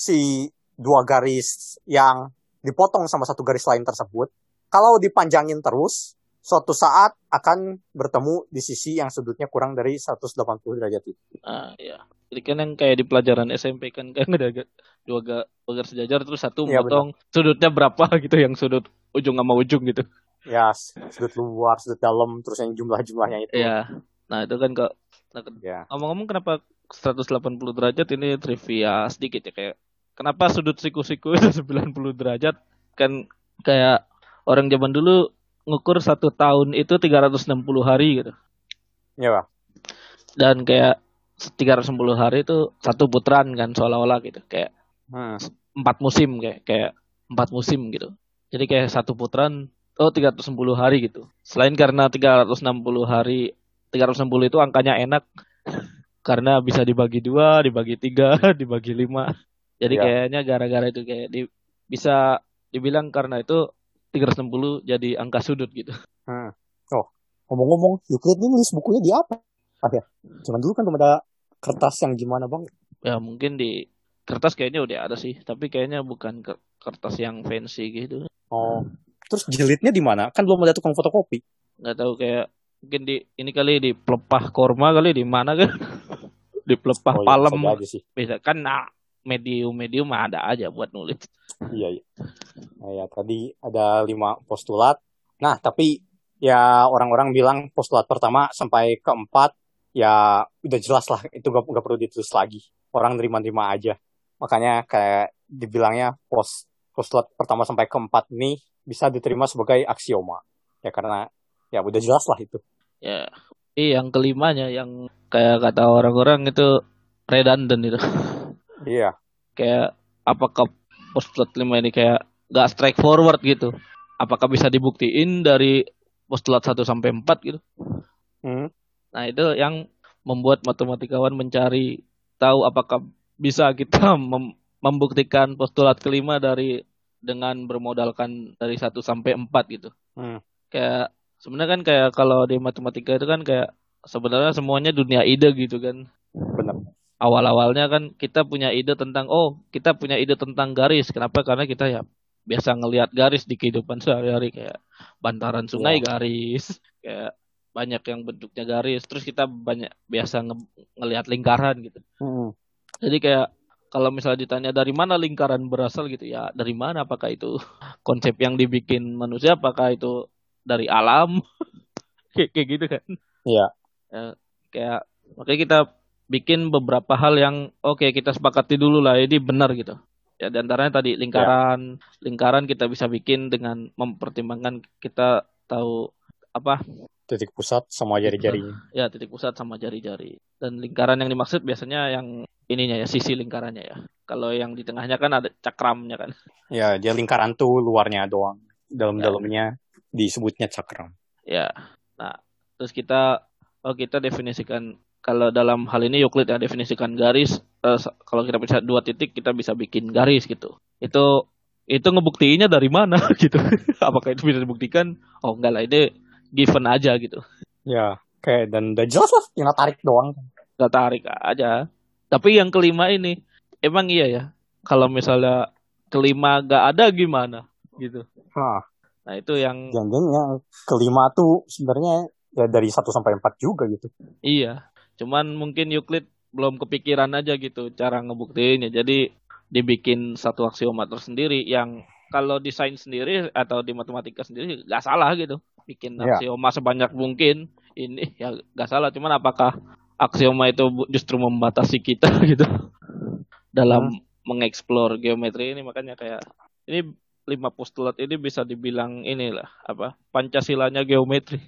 si dua garis yang dipotong sama satu garis lain tersebut, kalau dipanjangin terus, suatu saat akan bertemu di sisi yang sudutnya kurang dari seratus delapan puluh derajat itu. Ah, ya. Jadi kan yang kayak di pelajaran S M P kan kan ada dua, ga, dua garis sejajar terus satu Ya, motong sudutnya berapa gitu, yang sudut ujung sama ujung gitu. Ya, sudut luar, sudut dalam, terus yang jumlah-jumlahnya itu. Ya. Nah, itu kan kok nah, ya. Ngomong-ngomong kenapa seratus delapan puluh derajat, ini trivia sedikit ya, kayak kenapa sudut siku-siku itu sembilan puluh derajat? Kan kayak orang zaman dulu ngukur satu tahun itu tiga ratus enam puluh hari gitu. Iya, Pak. Dan kayak tiga ratus enam puluh hari itu satu putaran kan seolah-olah gitu. Kayak Hmm. empat musim kayak kayak empat musim gitu. Jadi kayak satu putaran oh tiga ratus enam puluh hari gitu. Selain karena tiga ratus enam puluh hari, tiga ratus enam puluh itu angkanya enak karena bisa dibagi dua, dibagi tiga, dibagi lima. Jadi Iya. kayaknya gara-gara itu kayak di, bisa dibilang karena itu tiga ratus enam puluh jadi angka sudut gitu. Hmm. Oh, ngomong-ngomong, Euclid ini nulis bukunya di apa? Ah ya, cuman dulu kan belum ada kertas yang gimana bang? Ya mungkin di kertas kayaknya udah ada sih, tapi kayaknya bukan kertas yang fancy gitu. Oh, Terus jilidnya di mana? Kan belum ada tukang fotokopi. Nggak tahu, kayak mungkin di ini kali di pelepah korma kali, di mana kan? Di pelepah Oh iya, palem. bisa aja sih. Bisa kan, nah, medium-medium ada aja buat nulis. Iya, iya. Nah, ya, tadi ada lima postulat. Nah, tapi ya orang-orang bilang postulat pertama sampai keempat ya udah jelas lah, itu gak, gak perlu ditulis lagi. Orang nerima-nerima aja. Makanya kayak dibilangnya pos, postulat pertama sampai keempat ini bisa diterima sebagai aksioma. Ya karena ya udah jelas lah itu. Ya, eh yang kelimanya yang kayak kata orang-orang itu redundant itu. Iya. Kayak apakah postulat kelima ini kayak gak straightforward gitu? Apakah bisa dibuktiin dari postulat satu sampai empat gitu? Hmm. Nah, itu yang membuat matematikawan mencari tahu apakah bisa kita mem- membuktikan postulat kelima dari dengan bermodalkan dari satu sampai empat gitu. Hmm. Kayak sebenarnya kan kayak kalau di matematika itu kan kayak sebenarnya semuanya dunia ide gitu kan. Benar. Awal-awalnya kan kita punya ide tentang, oh kita punya ide tentang garis. Kenapa? Karena kita ya biasa ngelihat garis di kehidupan sehari-hari, kayak bantaran sungai Ya. garis, kayak banyak yang bentuknya garis. Terus kita banyak biasa nge- ngelihat lingkaran gitu. Hmm. Jadi kayak kalau misalnya ditanya dari mana lingkaran berasal gitu ya, dari mana, apakah itu konsep yang dibikin manusia, apakah itu dari alam, kayak kayak gitu kan. Iya. Ya, kayak makanya kita bikin beberapa hal yang oke okay, kita sepakati dulu lah ini benar gitu. Ya, di antaranya tadi lingkaran, ya. Lingkaran kita bisa bikin dengan mempertimbangkan kita tahu apa titik pusat sama jari-jarinya. Ya, titik pusat sama jari-jari. Dan lingkaran yang dimaksud biasanya yang ininya ya, sisi lingkarannya ya. Kalau yang di tengahnya kan ada cakramnya kan. Ya, dia lingkaran tuh luarnya doang. Dalam-dalamnya ya. Disebutnya cakram. Ya. Nah, terus kita oh kita definisikan, kalau dalam hal ini Euclid ya definisikan garis, eh, kalau kita bisa dua titik kita bisa bikin garis gitu. Itu itu ngebuktiinnya dari mana gitu. Apakah itu bisa dibuktikan? Oh enggak lah, ini given aja gitu. Ya, kayak dan udah jelas lah, tinggal tarik doang. Gak tarik aja. Tapi yang kelima ini, emang iya ya, kalau misalnya kelima gak ada gimana gitu. Hah. Nah itu yang jangan yang kelima tuh sebenarnya ya dari satu sampai empat juga gitu. Iya, cuman mungkin Euclid belum kepikiran aja gitu cara ngebuktiinnya. Jadi dibikin satu aksioma tersendiri yang kalau di sains sendiri atau di matematika sendiri gak salah gitu. Bikin aksioma sebanyak mungkin, ini ya gak salah. Cuman apakah aksioma itu justru membatasi kita gitu dalam hmm. mengeksplor geometri ini? Makanya kayak ini lima postulat ini bisa dibilang inilah apa Pancasilanya geometri.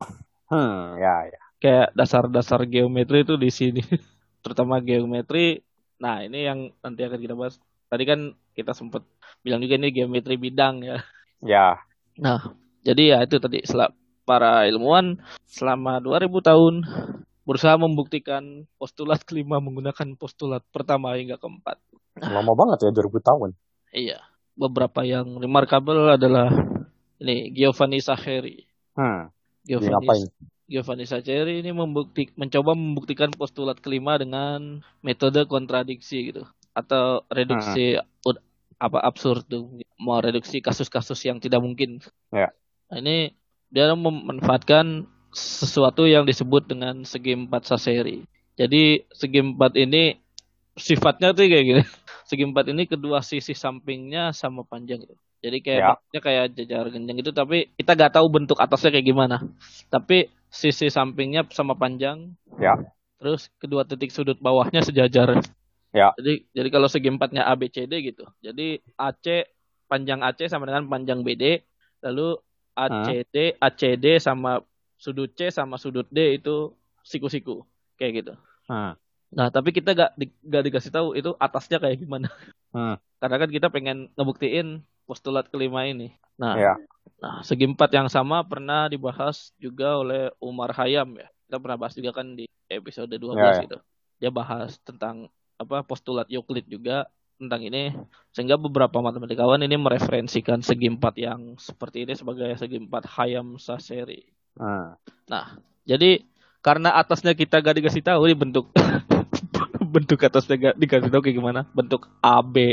Hmm, ya ya. Kayak dasar-dasar geometri itu di sini. Terutama geometri. Nah, ini yang nanti akan kita bahas. Tadi kan kita sempat bilang juga ini geometri bidang ya. Ya. Nah, jadi ya itu tadi para ilmuwan selama dua ribu tahun berusaha membuktikan postulat kelima menggunakan postulat pertama hingga keempat. Lama banget ya, dua ribu tahun. Iya. Beberapa yang remarkable adalah ini Giovanni Saccheri. Hmm. Giovanni Giovanni Saccheri ini membukti, mencoba membuktikan postulat kelima dengan metode kontradiksi gitu, atau reduksi hmm. apa absurdum, mau reduksi kasus-kasus yang tidak mungkin. Ya. Nah, ini dia memanfaatkan sesuatu yang disebut dengan segi empat Saccheri. Jadi segi empat ini sifatnya tuh kayak gini. Segi empat ini kedua sisi sampingnya sama panjang gitu. Jadi kayak ya. bentuknya kayak jajar genjang gitu, tapi kita gak tahu bentuk atasnya kayak gimana. Tapi sisi sampingnya sama panjang. Ya. Terus kedua titik sudut bawahnya sejajar. Ya. Jadi jadi kalau segi empatnya A B C D gitu. Jadi A C, panjang A C sama dengan panjang B D, lalu A C D, hmm. A C D sama sudut C sama sudut D itu siku-siku kayak gitu. Hmm. Nah, tapi kita gak, di, gak dikasih tahu itu atasnya kayak gimana. Hmm. Karena kan kita pengen ngebuktiin postulat kelima ini. Nah, ya. nah, segi empat yang sama pernah dibahas juga oleh Umar Khayyam ya. Kita pernah bahas juga kan di episode dua belas ya, ya. Gitu. Dia bahas tentang apa postulat Euclid juga tentang ini, sehingga beberapa matematikawan ini mereferensikan segi empat yang seperti ini sebagai segi empat Khayyam Saccheri. Hmm. Nah, jadi karena atasnya kita gak dikasih tahu ini bentuk bentuk atasnya gak dikasih tahu kayak gimana, bentuk A B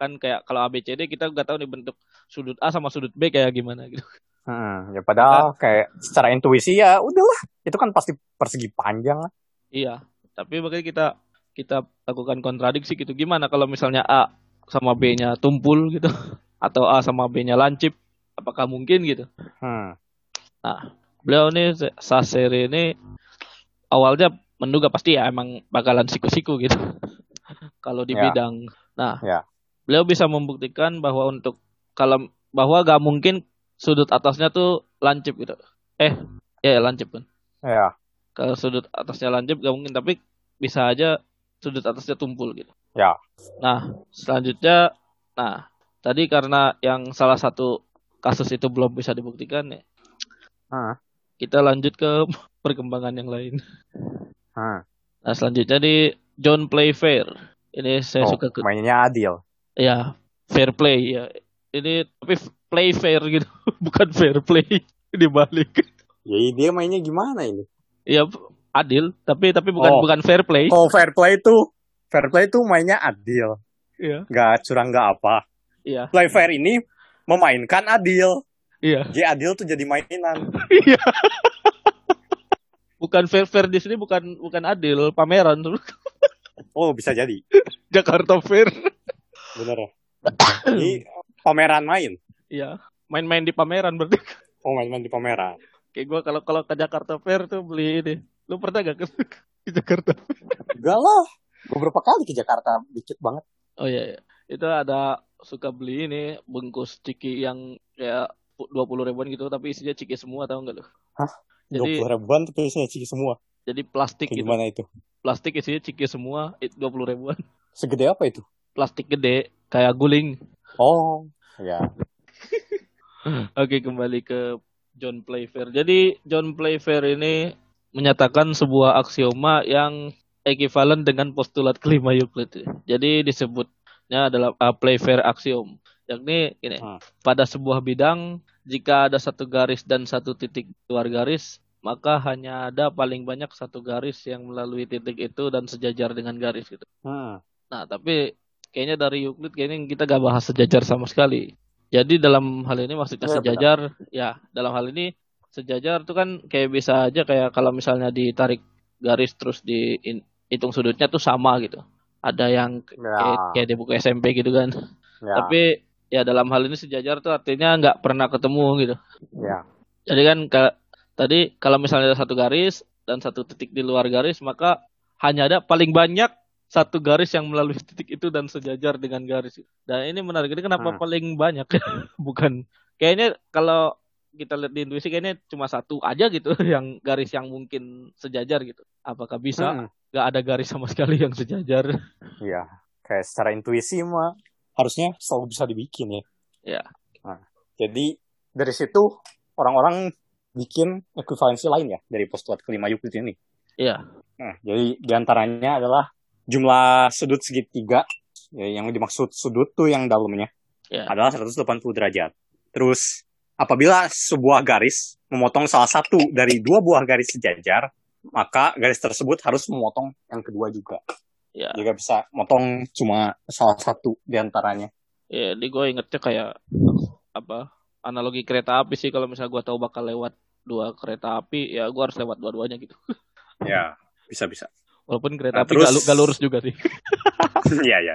Kan kayak kalau A B C D kita nggak tahu nih bentuk sudut A sama sudut B kayak gimana gitu. Hmm, ya padahal kayak secara intuisi ya udahlah, itu kan pasti persegi panjang lah. Iya, tapi makanya kita kita lakukan kontradiksi gitu. Gimana kalau misalnya A sama B-nya tumpul gitu, atau A sama B-nya lancip, apakah mungkin gitu? Hmm. Nah, beliau nih Sasere ini awalnya menduga pasti ya emang bakalan siku-siku gitu. Kalau di Ya. bidang, nah, Ya. beliau bisa membuktikan bahwa untuk kalau bahwa gak mungkin sudut atasnya tuh lancip gitu. Eh, ya lancip kan. Ya. Kalau sudut atasnya lancip gak mungkin, tapi bisa aja sudut atasnya tumpul gitu. Ya. Nah, selanjutnya, nah tadi karena yang salah satu kasus itu belum bisa dibuktikan ya, Hmm. kita lanjut ke perkembangan yang lain. Hmm. Nah, selanjutnya di John Playfair. Ini saya Oh, suka ke, mainnya adil. ya fair play ya. Ini tapi play fair gitu, bukan fair play dibalik. Jadi dia mainnya gimana ini? Ya adil, tapi tapi bukan Oh. bukan fair play. Oh, fair play tuh, fair play tuh mainnya adil. Iya. Nggak curang nggak apa. Iya. Play fair ini memainkan adil. Iya. Jadi adil tuh jadi mainan. Iya. Bukan fair fair di sini bukan bukan adil, pameran tuh. Oh, bisa jadi. Jakarta Fair. Bener ya. Jadi pameran main. Iya, main-main di pameran berarti. Oh, main-main di pameran. Kayak gue kalau kalau ke Jakarta Fair tuh beli ini. Lu pernah gak ke, ke Jakarta? Enggak lah. Beberapa kali ke Jakarta, dikit banget. Oh iya, iya. Itu ada suka beli ini bungkus ciki yang kayak dua puluh ribuan gitu, tapi isinya ciki semua, tahu nggak lu? Hah? Jadi dua puluh ribuan tapi isinya ciki semua. jadi plastik Kayak gitu. gimana itu? Plastik isinya ciki semua, itu dua puluh ribuan. Segede apa itu? Plastik gede, kayak guling. Oh, ya. Oke, kembali ke John Playfair. Jadi John Playfair ini menyatakan sebuah aksioma yang ekivalen dengan postulat kelima Euclid. Jadi disebutnya adalah uh, Playfair axiom. Yakni ini, Hmm. pada sebuah bidang jika ada satu garis dan satu titik luar garis, maka hanya ada paling banyak satu garis yang melalui titik itu dan sejajar dengan garis gitu. Hmm. Nah, tapi kayaknya dari Euclid kayaknya kita gak bahas sejajar sama sekali. Jadi dalam hal ini maksudnya Ya, sejajar, ya dalam hal ini sejajar itu kan kayak bisa aja kayak kalau misalnya ditarik garis terus dihitung sudutnya tuh sama gitu. Ada yang Ya. kayak, kayak di buku S M P gitu kan. Ya. Tapi ya dalam hal ini sejajar tuh artinya nggak pernah ketemu gitu. Ya. Jadi kan ka- tadi kalau misalnya ada satu garis dan satu titik di luar garis, maka hanya ada paling banyak satu garis yang melalui titik itu dan sejajar dengan garis. Dan ini menarik, ini kenapa Hmm. paling banyak? Bukan kayaknya kalau kita lihat di intuisi kayaknya cuma satu aja gitu yang garis yang mungkin sejajar gitu. Apakah bisa Hmm. nggak ada garis sama sekali yang sejajar? Iya, kayak secara intuisi mah harusnya selalu bisa dibikin ya. Ya. Nah, jadi dari situ orang-orang bikin ekuivalensi lain ya dari postulat kelima Euclid ini. Iya. Nah, jadi diantaranya adalah jumlah sudut segitiga, ya, yang dimaksud sudut tuh yang dalamnya Ya. adalah seratus delapan puluh derajat. Terus apabila sebuah garis memotong salah satu dari dua buah garis sejajar, maka garis tersebut harus memotong yang kedua juga. Ya. Jika bisa motong cuma salah satu diantaranya. Ya, di gue ingetnya kayak apa analogi kereta api sih, kalau misalnya gue tahu bakal lewat dua kereta api, ya gue harus lewat dua-duanya gitu. Ya, bisa-bisa. Walaupun kereta Nah, api terus- gak, lu- gak lurus juga sih. Iya, ya.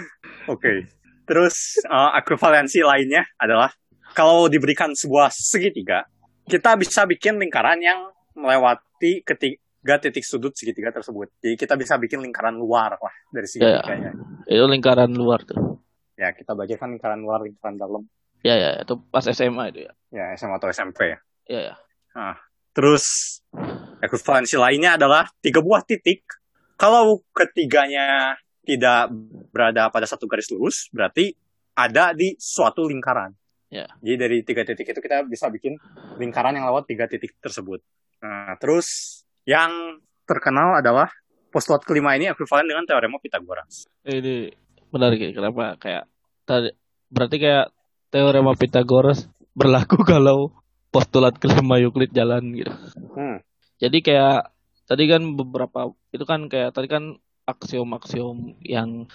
Oke. Terus uh, ekuivalensi lainnya adalah kalau diberikan sebuah segitiga, kita bisa bikin lingkaran yang melewati ketiga titik sudut segitiga tersebut. Jadi kita bisa bikin lingkaran luar lah dari segitiganya. Itu lingkaran luar tuh. Ya, kita bagikan lingkaran luar, lingkaran dalam. Ya ya, itu pas S M A itu ya. Ya, S M A atau S M P ya. Ya ya. Nah, terus ekuivalensi lainnya adalah tiga buah titik. Kalau ketiganya tidak berada pada satu garis lurus, berarti ada di suatu lingkaran. Ya. Jadi dari tiga titik itu kita bisa bikin lingkaran yang lewat tiga titik tersebut. Nah, terus yang terkenal adalah postulat kelima ini ekuivalen dengan teorema Pythagoras. Ini menarik ya, kenapa kayak tadi berarti kayak teorema Pythagoras berlaku kalau postulat kelima Euclid jalan gitu. Hmm. Jadi kayak tadi kan beberapa itu kan kayak tadi kan aksiom-aksiom yang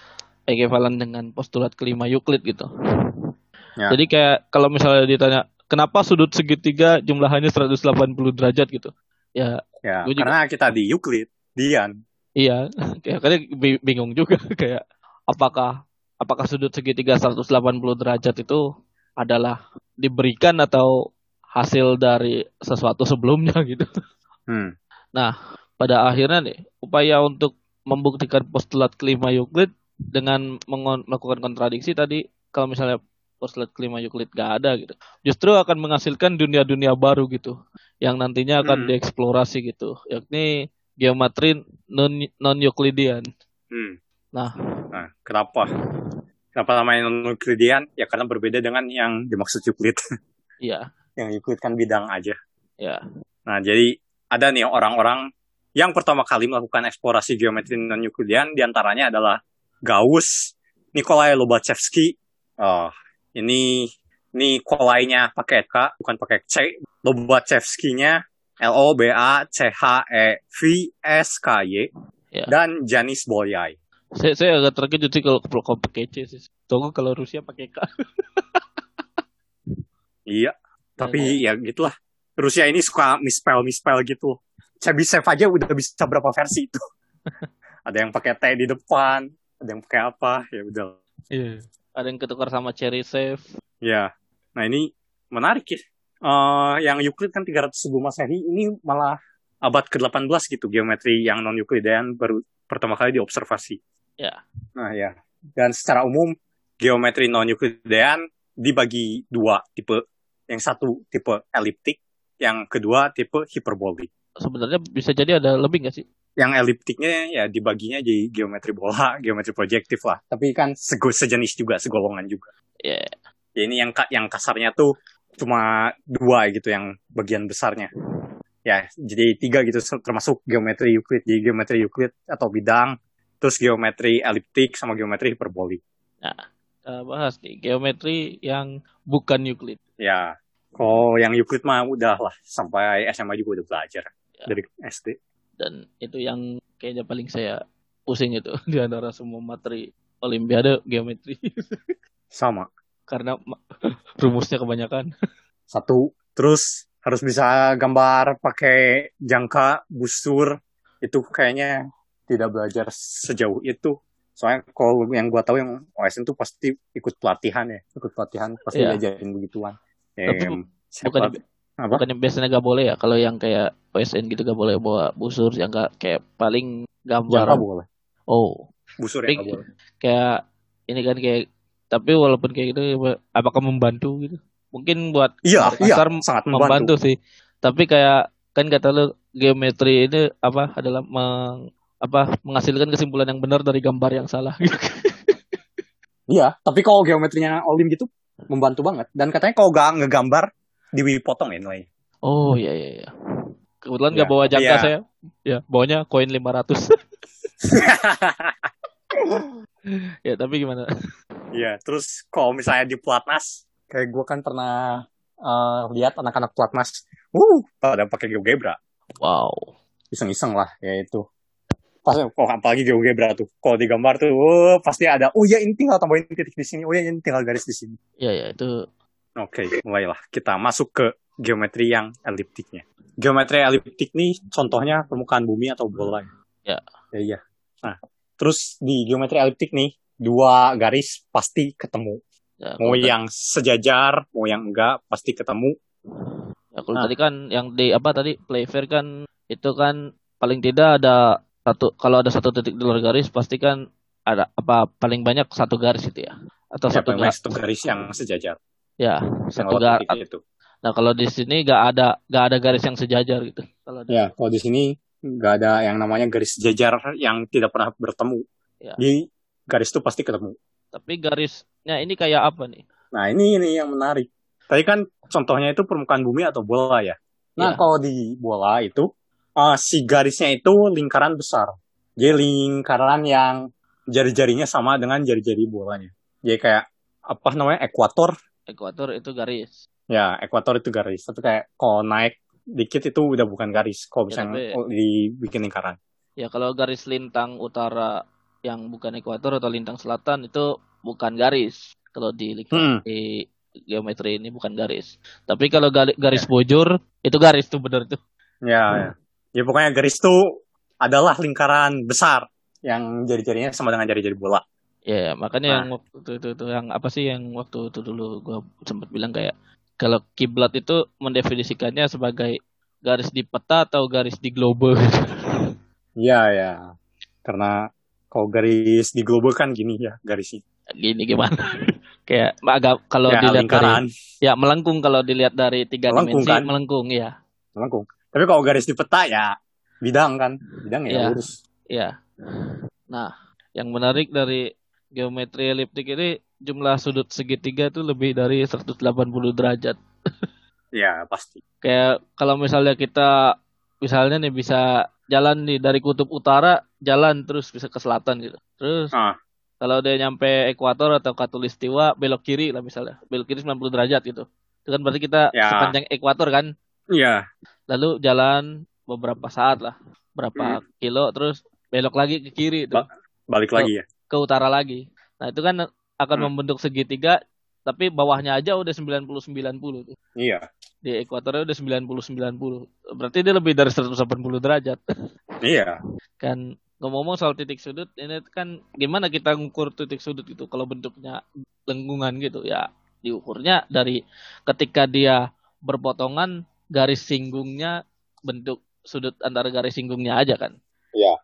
ekivalen dengan postulat kelima Euclid gitu. Ya. Jadi kayak kalau misalnya ditanya kenapa sudut segitiga jumlahannya seratus delapan puluh derajat gitu. Ya, Ya, gue juga karena kita di Euclid, Dian. iya, kayak kadang bi- bingung juga kayak apakah apakah sudut segitiga seratus delapan puluh derajat itu adalah diberikan atau hasil dari sesuatu sebelumnya gitu. Hmm. Nah, pada akhirnya nih, upaya untuk membuktikan postulat kelima Euclid dengan mengon- melakukan kontradiksi tadi, kalau misalnya postulat kelima Euclid gak ada gitu, justru akan menghasilkan dunia-dunia baru gitu, yang nantinya akan Hmm. dieksplorasi gitu, yakni geometri non non Euclidean. Hmm. Nah, Nah, kenapa? Kenapa namanya non-Euclidean? Ya karena berbeda dengan yang dimaksud Euclid. iya, Yang Euclid kan bidang aja. ya, Nah, jadi ada nih orang-orang yang pertama kali melakukan eksplorasi geometri non-Euclidean, diantaranya adalah Gauss, Nikolai Lobachevsky. Oh, ini Nikolainya pakai K, bukan pakai C. Lobachevsky-nya L O B A C H E V S K Y ya. dan Janis Bolyai. Saya, saya agak terkejut sih kalau kalau pakai C sih. Tunggu kalau Rusia pakai K. Iya, tapi Nah, ya gitulah. Rusia ini suka misspell-misspell gitu. Chebyshev aja udah bisa berapa versi itu. Ada yang pakai T di depan, ada yang pakai apa, ya udah. iya. Ada yang ketukar sama Cherry Safe. Ya, nah ini menarik ya. Uh, yang Euclid kan tiga ratus sebelum Masehi, ini malah abad ke delapan belas gitu, geometri yang non-Euclidean baru pertama kali diobservasi. Ya. Nah ya, dan secara umum geometri non-Euclidean dibagi dua tipe. Yang satu tipe eliptik, yang kedua tipe hiperbolik. Sebenarnya bisa jadi ada lebih nggak sih? Yang eliptiknya ya dibaginya jadi geometri bola, geometri projektif lah. Tapi kan sego, sejenis juga, segolongan juga. Ya. Ya ini yang yang kasarnya tuh cuma dua gitu yang bagian besarnya. Ya, jadi tiga gitu termasuk geometri Euclid. Jadi geometri Euclid atau bidang, terus geometri eliptik sama geometri hiperbolik. Nah, kita bahas nih geometri yang bukan Euclid. Ya, kalau yang Euclid mah udah lah, sampai S M A juga udah belajar ya. Dari S D. Dan itu yang kayaknya paling saya pusing itu di antara semua materi Olimpiade geometri. Sama. Karena rumusnya kebanyakan. Satu, terus harus bisa gambar pakai jangka, busur. Itu kayaknya tidak belajar sejauh itu. Soalnya kalau yang gue tahu yang O S N tuh pasti ikut pelatihan ya. Ikut pelatihan pasti ya. diajarin begituan. Tapi Em, bukan apa? Bukannya biasanya gak boleh ya. Kalau yang kayak O S N gitu gak boleh bawa busur. Yang gak kayak paling gambar. Jangka boleh. Oh. Busur yang gak boleh. Kayak ini kan kayak. Tapi walaupun kayak gitu. Apakah membantu gitu? Mungkin buat iya, kasar iya, sangat membantu membantu sih. Tapi kayak kan kata lu geometri ini apa adalah meng, apa menghasilkan kesimpulan yang benar dari gambar yang salah. Iya, tapi kalau geometrinya Olim gitu membantu banget. Dan katanya kalau gak ngegambar dipotong ya nilainya. Oh iya iya iya. Kebetulan ya, gak bawa jangka ya. saya. Ya, bawanya koin lima ratus. Ya, tapi gimana? Iya, terus kalau misalnya di Platnas, kayak gue kan pernah uh, lihat anak-anak Platnas, uh, pada pakai GeoGebra. Wow. Iseng-iseng lah, ya itu. Pas, oh, apalagi GeoGebra tuh, kalau digambar tuh, oh, pasti ada. Oh ya, ini tinggal tambahin titik di sini. Oh ya, ini tinggal garis di sini. Iya ya, itu. Oke, okay, mulailah kita masuk ke geometri yang eliptiknya. Geometri eliptik nih, contohnya permukaan bumi atau bola. Ya. Ya iya. Nah, terus di geometri eliptik nih, dua garis pasti ketemu. Ya, mau yang tadi, sejajar, mau yang enggak, pasti ketemu. Ya, kalau nah. tadi kan yang di apa tadi Playfair kan itu kan paling tidak ada satu, kalau ada satu titik di luar garis pasti kan ada apa paling banyak satu garis itu ya atau ya, satu garis. Satu garis yang sejajar. Ya, yang satu garis itu. Nah kalau di sini nggak ada nggak ada garis yang sejajar gitu. Kalau ya kalau di sini nggak ada yang namanya garis sejajar yang tidak pernah bertemu. Ya. Di garis itu pasti ketemu. Tapi garisnya ini kayak apa nih? Nah ini ini yang menarik. Tadi kan contohnya itu permukaan bumi atau bola ya. Nah ya. Kalau di bola itu uh, si garisnya itu lingkaran besar. Jadi lingkaran yang jari-jarinya sama dengan jari-jari bolanya. Jadi kayak apa namanya ekuator. Ekuator itu garis. Ya ekuator itu garis. Tapi kayak kalau naik dikit itu udah bukan garis. Kalau misalnya ya, tapi... dibikin lingkaran. Ya kalau garis lintang utara yang bukan ekuator atau lintang selatan itu bukan garis. Kalau di, Hmm. di geometri ini bukan garis. Tapi kalau garis, garis Ya. bujur itu garis tuh bener tuh. Ya, ya. Ya pokoknya garis itu adalah lingkaran besar yang jari-jarinya sama dengan jari-jari bola. Ya, makanya Nah. yang waktu itu, itu yang apa sih yang waktu itu dulu gue sempat bilang kayak kalau kiblat itu mendefinisikannya sebagai garis di peta atau garis di globe. Iya, ya. Karena kalau garis di globe kan gini ya garisnya. Gini gimana? Kayak agak kalau Ya, dilihat lingkaran. dari ya melengkung kalau dilihat dari tiga Melengkung, dimensi kan? melengkung ya. Melengkung. Tapi kalau garis di peta ya bidang kan, bidang ya, Ya, lurus. ya. Nah, yang menarik dari geometri eliptik ini jumlah sudut segitiga itu lebih dari seratus delapan puluh derajat. Ya, pasti. Kayak kalau misalnya kita misalnya nih bisa jalan nih dari kutub utara jalan terus bisa ke selatan gitu. Terus Ah. kalau dia nyampe ekuator atau khatulistiwa belok kiri lah misalnya. Belok kiri sembilan puluh derajat gitu. Itu kan berarti kita Ya. sepanjang ekuator kan. Iya. Lalu jalan beberapa saat lah. Berapa Hmm. kilo terus belok lagi ke kiri tuh. Ba- balik ke, lagi ya. Ke utara lagi. Nah, itu kan akan Hmm. membentuk segitiga tapi bawahnya aja udah sembilan puluh sembilan puluh tuh. Iya. Di ekuatornya udah sembilan puluh sembilan puluh. Berarti dia lebih dari seratus delapan puluh derajat. Iya. Kan ngomong-ngomong soal titik sudut, ini kan gimana kita ngukur titik sudut itu kalau bentuknya lengkungan gitu ya. Diukurnya dari ketika dia berpotongan garis singgungnya bentuk sudut antara garis singgungnya aja kan. Iya.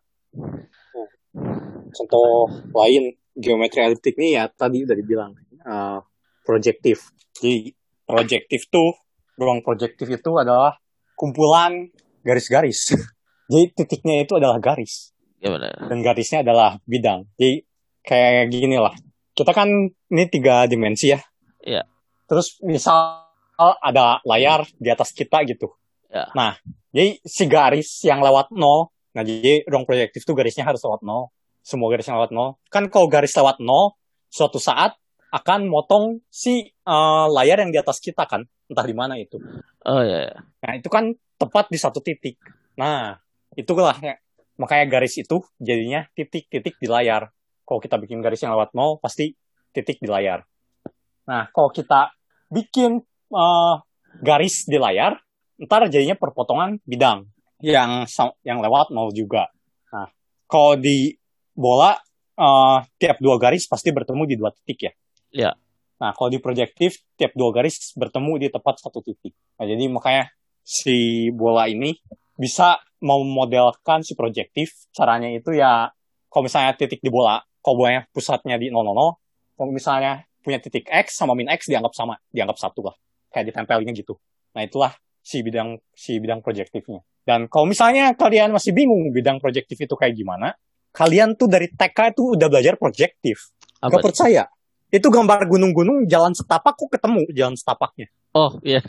Contoh lain geometri eliptik nih ya tadi udah dibilang uh, projektif. Jadi projektif tuh ruang projektif itu adalah kumpulan garis-garis. Jadi titiknya itu adalah garis. Gimana? Dan garisnya adalah bidang. Jadi kayak gini lah. Kita kan ini tiga dimensi ya. Iya. Terus misal ada layar di atas kita gitu. Ya. Nah, jadi si garis yang lewat nol. Nah, jadi ruang projektif tuh garisnya harus lewat nol. Semua garis yang lewat nol. Kan kalau garis lewat nol, suatu saat akan motong si uh, layar yang di atas kita kan. Entah di mana itu. Oh ya. Nah, itu kan tepat di satu titik. Nah, itulah ya. Makanya garis itu jadinya titik-titik di layar. Kalau kita bikin garis yang lewat nol, pasti titik di layar. Nah, kalau kita bikin uh, garis di layar, ntar jadinya perpotongan bidang yang yang lewat nol juga. Nah, kalau di bola, uh, tiap dua garis pasti bertemu di dua titik ya. Ya. Nah, kalau di projektif, tiap dua garis bertemu di tepat satu titik. Nah, jadi makanya si bola ini bisa memodelkan si projektif. Caranya itu ya, kalau misalnya titik di bola, kalau bolanya pusatnya di nol nol nol, kalau misalnya punya titik X sama min X dianggap sama, dianggap satu lah. Kayak ditempelinnya gitu. Nah, itulah si bidang si bidang projektifnya. Dan kalau misalnya kalian masih bingung bidang projektif itu kayak gimana, kalian tuh dari T K itu udah belajar projektif. Gak percaya? Itu gambar gunung-gunung, jalan setapak kok ketemu jalan setapaknya. Oh, iya.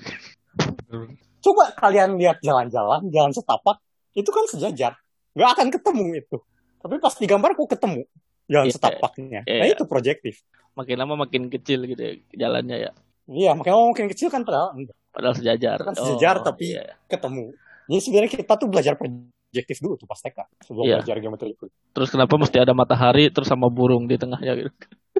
Coba kalian lihat jalan-jalan, jalan setapak, itu kan sejajar. Gak akan ketemu itu. Tapi pas digambar kok ketemu jalan yeah, setapaknya. Yeah, nah yeah. Itu projektif. Makin lama makin kecil gitu ya jalannya ya. Iya, makin lama makin kecil kan padahal enggak. Padahal sejajar. Itu kan sejajar oh, tapi yeah. ketemu. Jadi sebenarnya kita tuh belajar projektif dulu tuh pas T K. Sebelum yeah. belajar geometri itu. Terus kenapa mesti ada matahari terus sama burung di tengahnya gitu?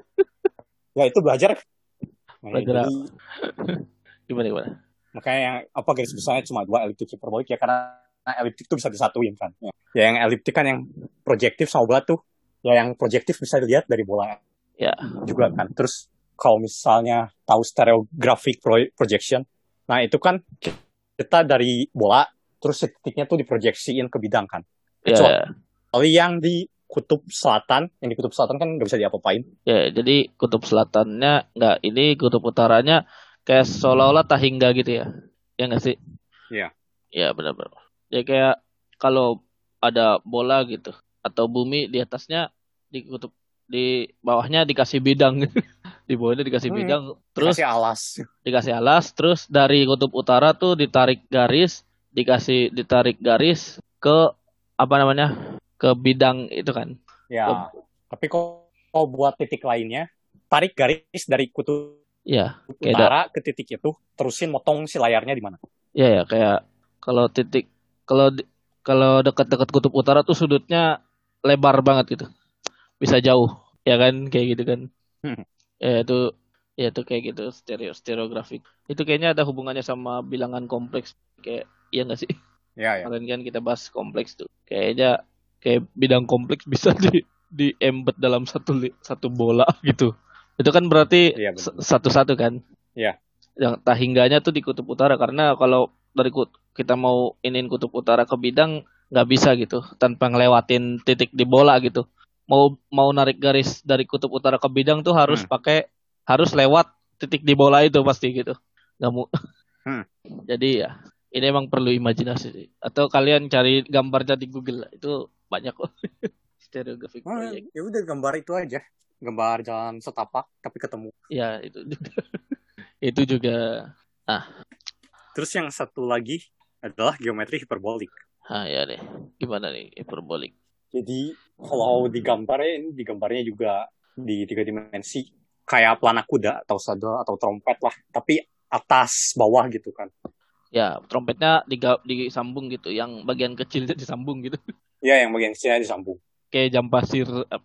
Ya itu belajar. Nah, belajar. Jadi, gimana gimana? Makanya yang apa garis besarnya cuma dua eliptik hiperbolik ya karena eliptik itu bisa disatuin kan. Ya, ya yang eliptik kan yang projektif sama bola tuh. Ya yang projektif bisa dilihat dari bola. Ya. Juga kan. Terus kalau misalnya tahu stereographic projection, nah itu kan kita dari bola terus titiknya tuh diproyeksiin ke bidang kan. Kecuali yeah. yang di kutub selatan, yang di kutub selatan kan nggak bisa diapa-apain. Ya, yeah, jadi kutub selatannya nggak, ini kutub utaranya kayak seolah-olah tahingga gitu ya, ya nggak sih? Iya. Yeah. Ya benar-benar. Ya kayak kalau ada bola gitu atau bumi di atasnya di kutub di bawahnya dikasih bidang, di bawahnya dikasih hmm, bidang, terus dikasih alas, dikasih alas, terus dari kutub utara tuh ditarik garis, dikasih ditarik garis ke apa namanya? Ke bidang itu kan. Ya. Ke... Tapi kalau kok buat titik lainnya, tarik garis dari kutub ya, utara da- ke titik itu, terusin motong si layarnya di mana? Ya ya, kayak kalau titik kalau kalau dekat-dekat kutub utara tuh sudutnya lebar banget gitu. bisa jauh, ya kan kayak gitu kan. Hmm. Ya itu ya itu kayak gitu stereo stereografik. Itu kayaknya ada hubungannya sama bilangan kompleks kayak iya nggak sih? Ya, ya. Kemarin kan kita bahas kompleks tuh. Kayaknya kayak bidang kompleks bisa di di embed dalam satu li- satu bola gitu. Itu kan berarti Iya, s- benar. satu-satu kan. Ya. Yang tahingganya tuh di kutub utara karena kalau dari kut kita mau inin kutub utara ke bidang nggak bisa gitu tanpa ngelewatin titik di bola gitu. Mau mau narik garis dari kutub utara ke bidang tuh harus Hmm. pakai harus lewat titik di bola itu pasti gitu. Nggak mau. Hmm. Jadi ya ini emang perlu imajinasi sih. Atau kalian cari gambarnya di Google lah. Itu banyak kok. Stereographic Oh, project. ya udah gambar itu aja. Gambar jalan setapak tapi ketemu. Ya itu juga. Itu juga. Ah, Terus yang satu lagi adalah geometri hiperbolik. ah ya deh. Gimana nih hiperbolik? Jadi kalau digambarnya ini digambarnya juga di tiga dimensi kayak pelana kuda atau sadel atau trompet lah, tapi atas bawah gitu kan. Ya, trompetnya diga- disambung gitu, yang bagian kecilnya disambung gitu. Ya, yang bagian kecilnya disambung. Kayak jam pasir apa.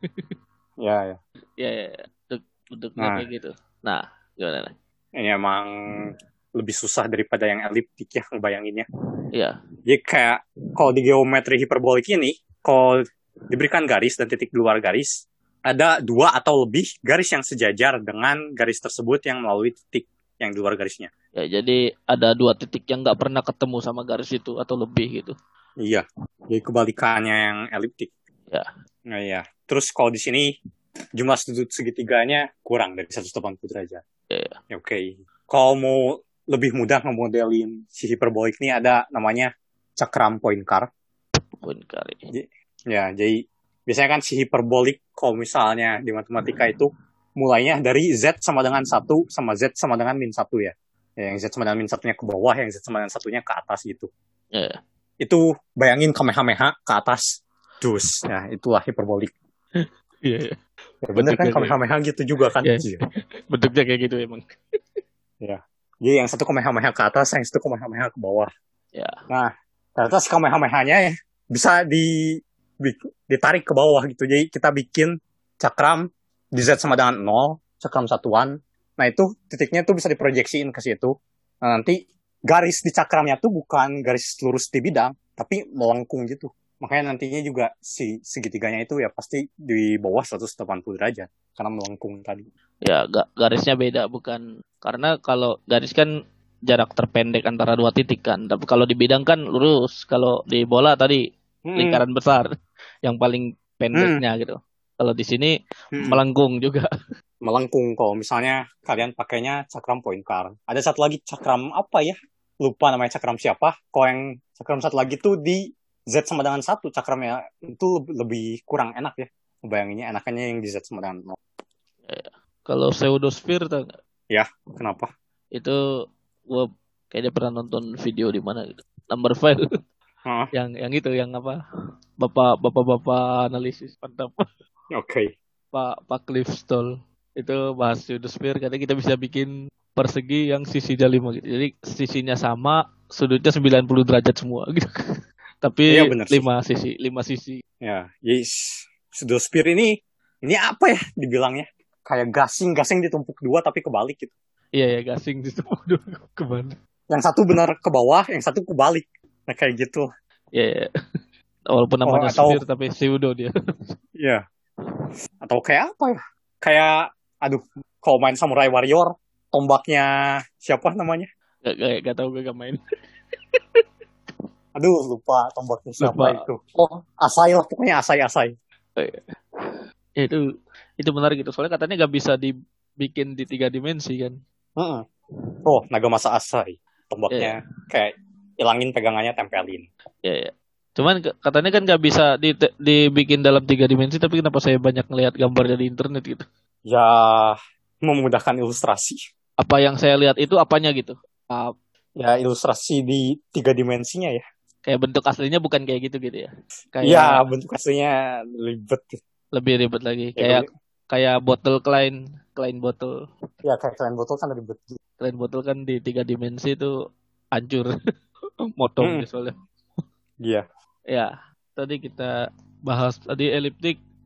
Ya, ya. Ya, ya, ya. Bentuk- bentuknya Nah, kayak gitu. Nah, gimana nih? ini emang lebih susah daripada yang eliptik ya ngebayanginnya. Iya. Jadi kayak kalau di geometri hiperbolik ini, kalau diberikan garis dan titik di luar garis, ada dua atau lebih garis yang sejajar dengan garis tersebut yang melalui titik yang di luar garisnya. Ya, jadi ada dua titik yang nggak pernah ketemu sama garis itu atau lebih gitu. Iya, jadi kebalikannya yang eliptik. Ya. Nah, iya. Terus kalau di sini jumlah sudut segitiganya kurang dari seratus delapan puluh derajat. Ya, ya. Oke. Okay. Kalau mau lebih mudah ngemodelin si hiperbolik ini ada namanya cakram Poincare. Poincare. Ya, jadi biasanya kan si hiperbolik kalau misalnya di matematika itu mulainya dari Z sama dengan satu sama Z sama dengan min satu ya. Ya. Yang Z sama dengan min satunya ke bawah, yang Z sama dengan satunya ke atas gitu. Ya, ya. Itu bayangin Kamehameha ke atas. Dus. Ya, itulah hiperbolik. Iya, ya. Ya, bener kan Bentuknya Kamehameha gitu juga kan. Ya. Iya. Bentuknya kayak gitu emang. Ya. Jadi yang satu Kamehameha ke atas, yang satu Kamehameha ke bawah. Ya. Nah, ternyata si Kamehamehanya ya bisa di, di ditarik ke bawah gitu. Jadi kita bikin cakram di Z sama dengan nol, cakram satuan. Nah, itu titiknya tuh bisa diproyeksiin ke situ. Nah, nanti garis di cakramnya tuh bukan garis lurus di bidang, tapi melengkung gitu. Makanya nantinya juga si segitiganya itu ya pasti di bawah seratus delapan puluh derajat karena melengkung tadi. Ya, ga- garisnya beda bukan karena kalau garis kan jarak terpendek antara dua titik kan. Tapi kalau di bidang kan lurus. Kalau di bola tadi Hmm. lingkaran besar yang paling pendeknya Hmm. gitu. Kalau di sini Hmm. melengkung juga. Melengkung kalau misalnya kalian pakainya cakram Poincare. Ada satu lagi cakram apa ya? Lupa namanya cakram siapa. Kalau yang cakram satu lagi tuh di Z sama dengan satu cakramnya itu lebih kurang enak ya. Bayanginnya enakannya yang di Z sama dengan nol. Ya. Kalau pseudosphere tau nggak? Ya, kenapa? Itu gua kayaknya pernah nonton video di mana gitu. Number five. Huh? yang yang itu yang apa? Bapak bapak bapak analisis mantap. Oke. Okay. Pak Pak Cliff Stoll itu bahas pseudosphere karena kita bisa bikin persegi yang sisinya lima gitu. Jadi sisinya sama, sudutnya sembilan puluh derajat semua gitu. Tapi Iya, bener sih. lima sisi, lima sisi. Ya, yes. Pseudosphere ini ini apa ya dibilangnya? Kayak gasing-gasing ditumpuk dua tapi kebalik gitu. Iya ya, gasing ditumpuk dua ke mana? Yang satu benar ke bawah, yang satu kebalik. Nah, kayak gitu. Iya, ya. Walaupun namanya Oh, atau- sphere tapi pseudo dia. Iya. Atau kayak apa ya? Kayak, aduh, kalau main Samurai Warrior, tombaknya siapa namanya? Gak, gak, gak tau gue gak main. Aduh, lupa tombaknya siapa Lupa. itu. Oh, Asai lah, pokoknya Asai-Asai. Ya, itu itu menarik gitu. Soalnya katanya gak bisa dibikin di tiga dimensi kan. Uh-uh. Oh, Nagamasa Asai. Tombaknya kayak ilangin pegangannya, tempelin. Ya, ya. Cuman ke- katanya kan gak bisa di, dibikin dalam tiga dimensi, tapi kenapa saya banyak ngelihat gambarnya di internet gitu. Ya, memudahkan ilustrasi. Apa yang saya lihat itu apanya gitu. Uh, Ya, ilustrasi di tiga dimensinya ya. kayak bentuk aslinya bukan kayak gitu gitu ya. Kayak Iya, bentuk aslinya ribet. lebih ribet lagi. Ya, Kayak gue- kayak botol Klein, Klein botol. ya kayak kalian botol kan ribet. Klein botol kan di tiga dimensi itu hancur. Motong Hmm. dia soalnya. Iya. Ya, tadi kita bahas tadi eliptik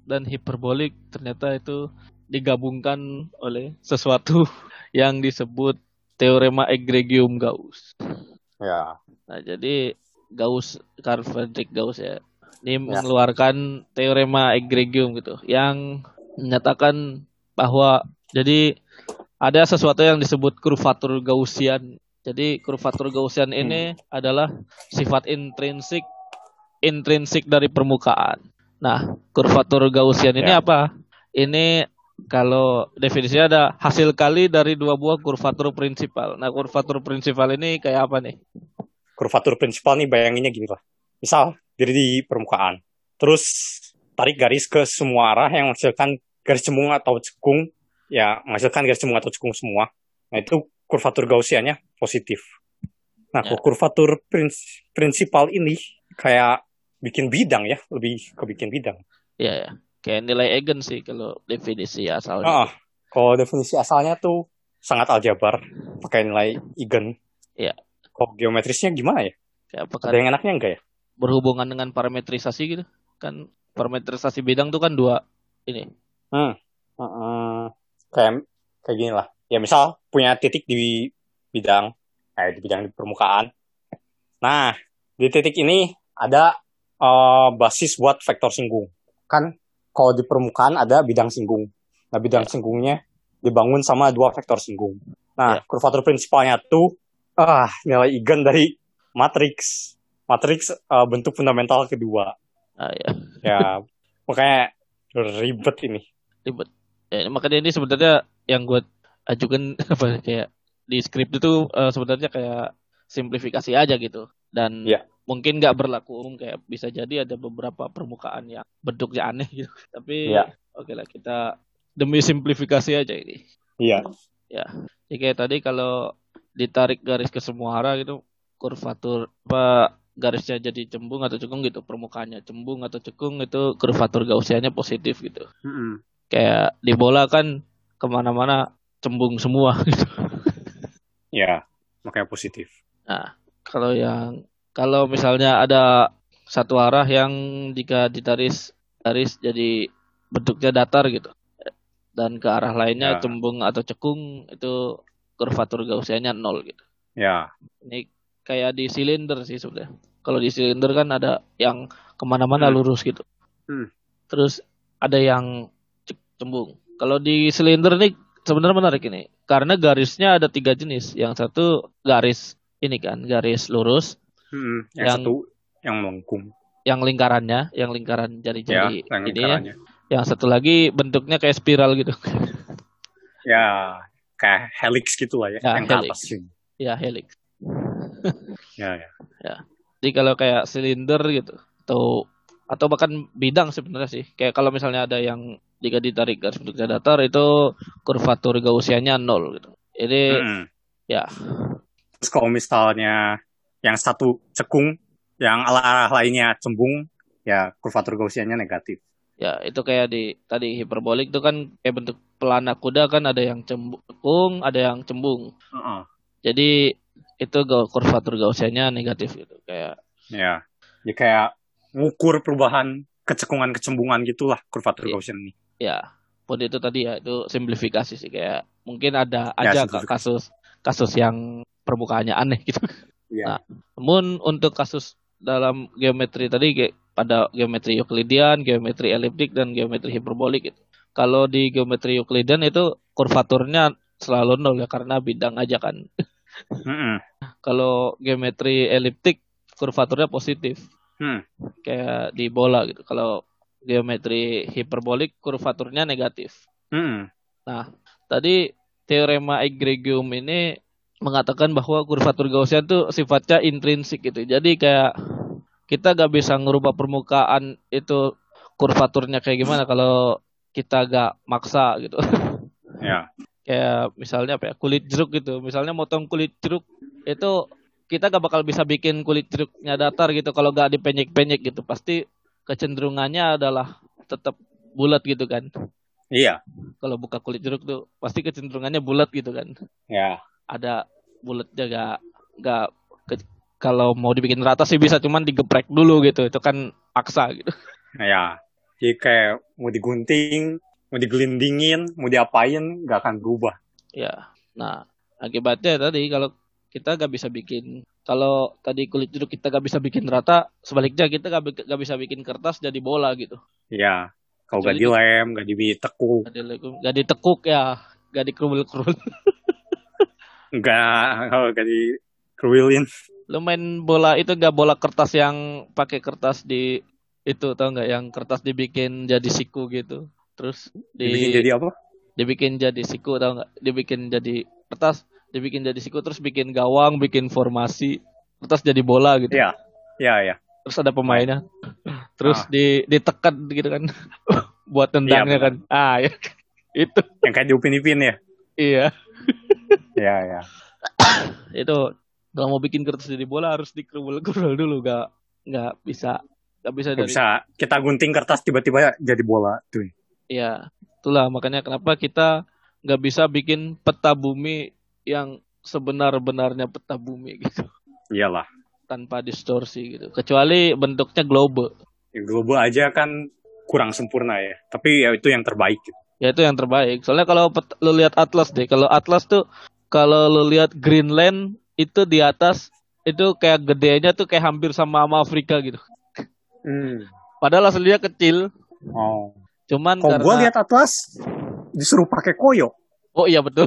dan hiperbolik ternyata itu digabungkan oleh sesuatu yang disebut teorema egregium Gauss. Ya. Nah, jadi Gauss, Carl Friedrich Gauss ya, ini Ya. mengeluarkan teorema egregium gitu, yang menyatakan bahwa jadi ada sesuatu yang disebut kurvatur Gaussian. Jadi kurvatur Gaussian ini hmm. adalah sifat intrinsik intrinsik dari permukaan. Nah, kurvatur Gaussian ini ya. apa? Ini kalau definisinya ada hasil kali dari dua buah kurvatur prinsipal. Nah, kurvatur prinsipal ini kayak apa nih? Kurvatur prinsipal nih bayanginnya gini lah. Misal, dari di permukaan. Terus tarik garis ke semua arah yang menghasilkan garis cembung atau cekung. Ya, menghasilkan garis cembung atau cekung semua. Nah, itu kurvatur Gaussiannya positif. Nah, ya. kurvatur prins- prinsipal ini kayak bikin bidang ya, lebih ke bikin bidang. Iya ya, kayak nilai eigen sih kalau definisi asalnya. Ah, kalau definisi asalnya tuh sangat aljabar, pakai nilai eigen. Iya. Kalau geometrisnya gimana ya? Kayak apa kan? Ada yang enaknya enggak ya? Berhubungan dengan parametrisasi gitu. Kan parametrisasi bidang tuh kan dua ini. Hmm. Uh-uh. Kayak kayak gini lah. Ya misal punya titik di bidang, eh di bidang di permukaan. Nah, di titik ini ada Uh, basis buat vektor singgung. Kan kalau di permukaan ada bidang singgung. Nah, bidang yeah. singgungnya dibangun sama dua vektor singgung. Nah, yeah. kurvatur prinsipalnya tuh ah nilai eigen dari matriks. Matriks uh, bentuk fundamental kedua. Ah, yeah. Ya, makanya ribet ini. Ribet. Ya, makanya ini sebenarnya yang gue ajukan apa kayak di skrip itu uh, sebenarnya kayak simplifikasi aja gitu. Dan yeah. mungkin nggak berlaku umum, kayak bisa jadi ada beberapa permukaan yang bentuknya aneh gitu. Tapi yeah. oke okay lah, kita demi simplifikasi aja ini. Iya. Yeah. Ya. Jadi kayak tadi kalau ditarik garis ke semua arah gitu, kurvatur apa garisnya jadi cembung atau cekung gitu, permukaannya cembung atau cekung, itu kurvatur Gaussiannya positif gitu. Mm-hmm. Kayak di bola kan kemana-mana cembung semua gitu. Ya, makanya positif. Nah, kalau yang kalau misalnya ada satu arah yang jika ditaris garis jadi bentuknya datar gitu, dan ke arah lainnya ya. cembung atau cekung, itu kurvatur Gaussiannya nol gitu. Ya. Ini kayak di silinder sih sebenarnya. Kalau di silinder kan ada yang kemana-mana hmm. lurus gitu. Hmm. Terus ada yang cembung. Kalau di silinder nih sebenarnya menarik ini, karena garisnya ada tiga jenis. Yang satu garis ini kan, garis lurus. Hmm, yang, yang satu yang melengkung. Yang lingkarannya, yang lingkaran jari-jari ya, ini ya. Yang satu lagi bentuknya kayak spiral gitu. Ya, kayak helix gitu lah ya, ya yang helix. ke atas sini. Ya, helix. ya, ya. Ya. Jadi kalau kayak silinder gitu, atau atau bahkan bidang sebenarnya sih. Kayak kalau misalnya ada yang jika ditarik garis bentuknya datar, itu kurvatur Gaussiannya nol gitu. Jadi hmm. ya. Terus kalau misalnya yang satu cekung, yang arah lainnya cembung, ya kurvatur Gaussiannya negatif. Ya, itu kayak di tadi hiperbolik itu kan kayak bentuk pelana kuda kan, ada yang cembung, ada yang cembung. Uh-uh. Jadi itu kurvatur Gaussiannya negatif gitu, kayak. Ya, ya kayak ngukur perubahan kecekungan-kecembungan gitulah kurvatur ya. Gaussian ini. Ya, pun itu tadi ya, itu simplifikasi sih, kayak mungkin ada aja ya, kasus kasus yang permukaannya aneh gitu. Ya. Nah, namun untuk kasus dalam geometri tadi kayak pada geometri Euklidian, geometri eliptik, dan geometri hiperbolik gitu. Kalau di geometri Euklidian itu kurvaturnya selalu nol ya, karena bidang aja kan. Mm-hmm. Kalau geometri eliptik kurvaturnya positif. Hmm. Kayak di bola gitu. Kalau geometri hiperbolik kurvaturnya negatif. Mm-hmm. Nah, tadi teorema egregium ini mengatakan bahwa kurvatur Gaussian itu sifatnya intrinsik gitu. Jadi kayak kita gak bisa ngerubah permukaan itu kurvaturnya kayak gimana kalau kita gak maksa gitu. Ya. Kayak misalnya apa ya, kulit jeruk gitu. Misalnya motong kulit jeruk itu kita gak bakal bisa bikin kulit jeruknya datar gitu kalau gak dipenyek-penyek gitu. Pasti kecenderungannya adalah tetap bulat gitu kan. Iya. Kalau buka kulit jeruk tuh pasti kecenderungannya bulat gitu kan. Ya. Ada bulatnya gak, gak ke, kalau mau dibikin rata sih bisa, cuman digeprek dulu gitu. Itu kan paksa gitu. Ya. Jadi kayak mau digunting, mau digelindingin, mau diapain, nggak akan berubah. Ya, nah akibatnya tadi kalau kita gak bisa bikin, kalau tadi kulit jeruk kita gak bisa bikin rata, sebaliknya kita gak, bi- gak bisa bikin kertas jadi bola gitu. Ya, kalau nggak Kecuali di, dilem, nggak ditekuk, gak, di, gak ditekuk ya, gak dikerubel-kerubel. nggak kalau nggak dikeruilin. Lu main bola itu gak bola kertas yang pakai kertas di itu, tau nggak, yang kertas dibikin jadi siku gitu. Terus Dibikin di jadi apa? dibikin jadi siku, tau nggak? Dibikin jadi kertas, dibikin jadi siku, terus bikin gawang, bikin formasi, kertas jadi bola gitu. Iya, iya, iya. Terus ada pemainnya, terus Ah, di ditekan gitu kan, buat iya tendangnya benar. kan. Ah ya, itu Yang kayak diupin-ipin ya. iya. Iya, iya. Itu kalau mau bikin kertas jadi bola harus dikerubel-kerubel dulu, gak nggak bisa nggak bisa Nggak dari. bisa kita gunting kertas tiba-tiba jadi bola tuh. Iya, itulah makanya kenapa kita nggak bisa bikin peta bumi yang sebenar-benarnya peta bumi gitu, Iyalah. tanpa distorsi gitu. Kecuali bentuknya globe. Ya, global aja kan kurang sempurna ya. Tapi ya itu yang terbaik gitu. Ya itu yang terbaik. Soalnya kalau pet- lu lihat atlas deh, kalau atlas tuh, kalau lu lihat Greenland itu di atas itu kayak gedenya tuh kayak hampir sama sama Afrika gitu. Hmm. Padahal aslinya kecil, Oh. cuman Kalau gue karena lihat atlas disuruh pakai koyo. oh iya betul.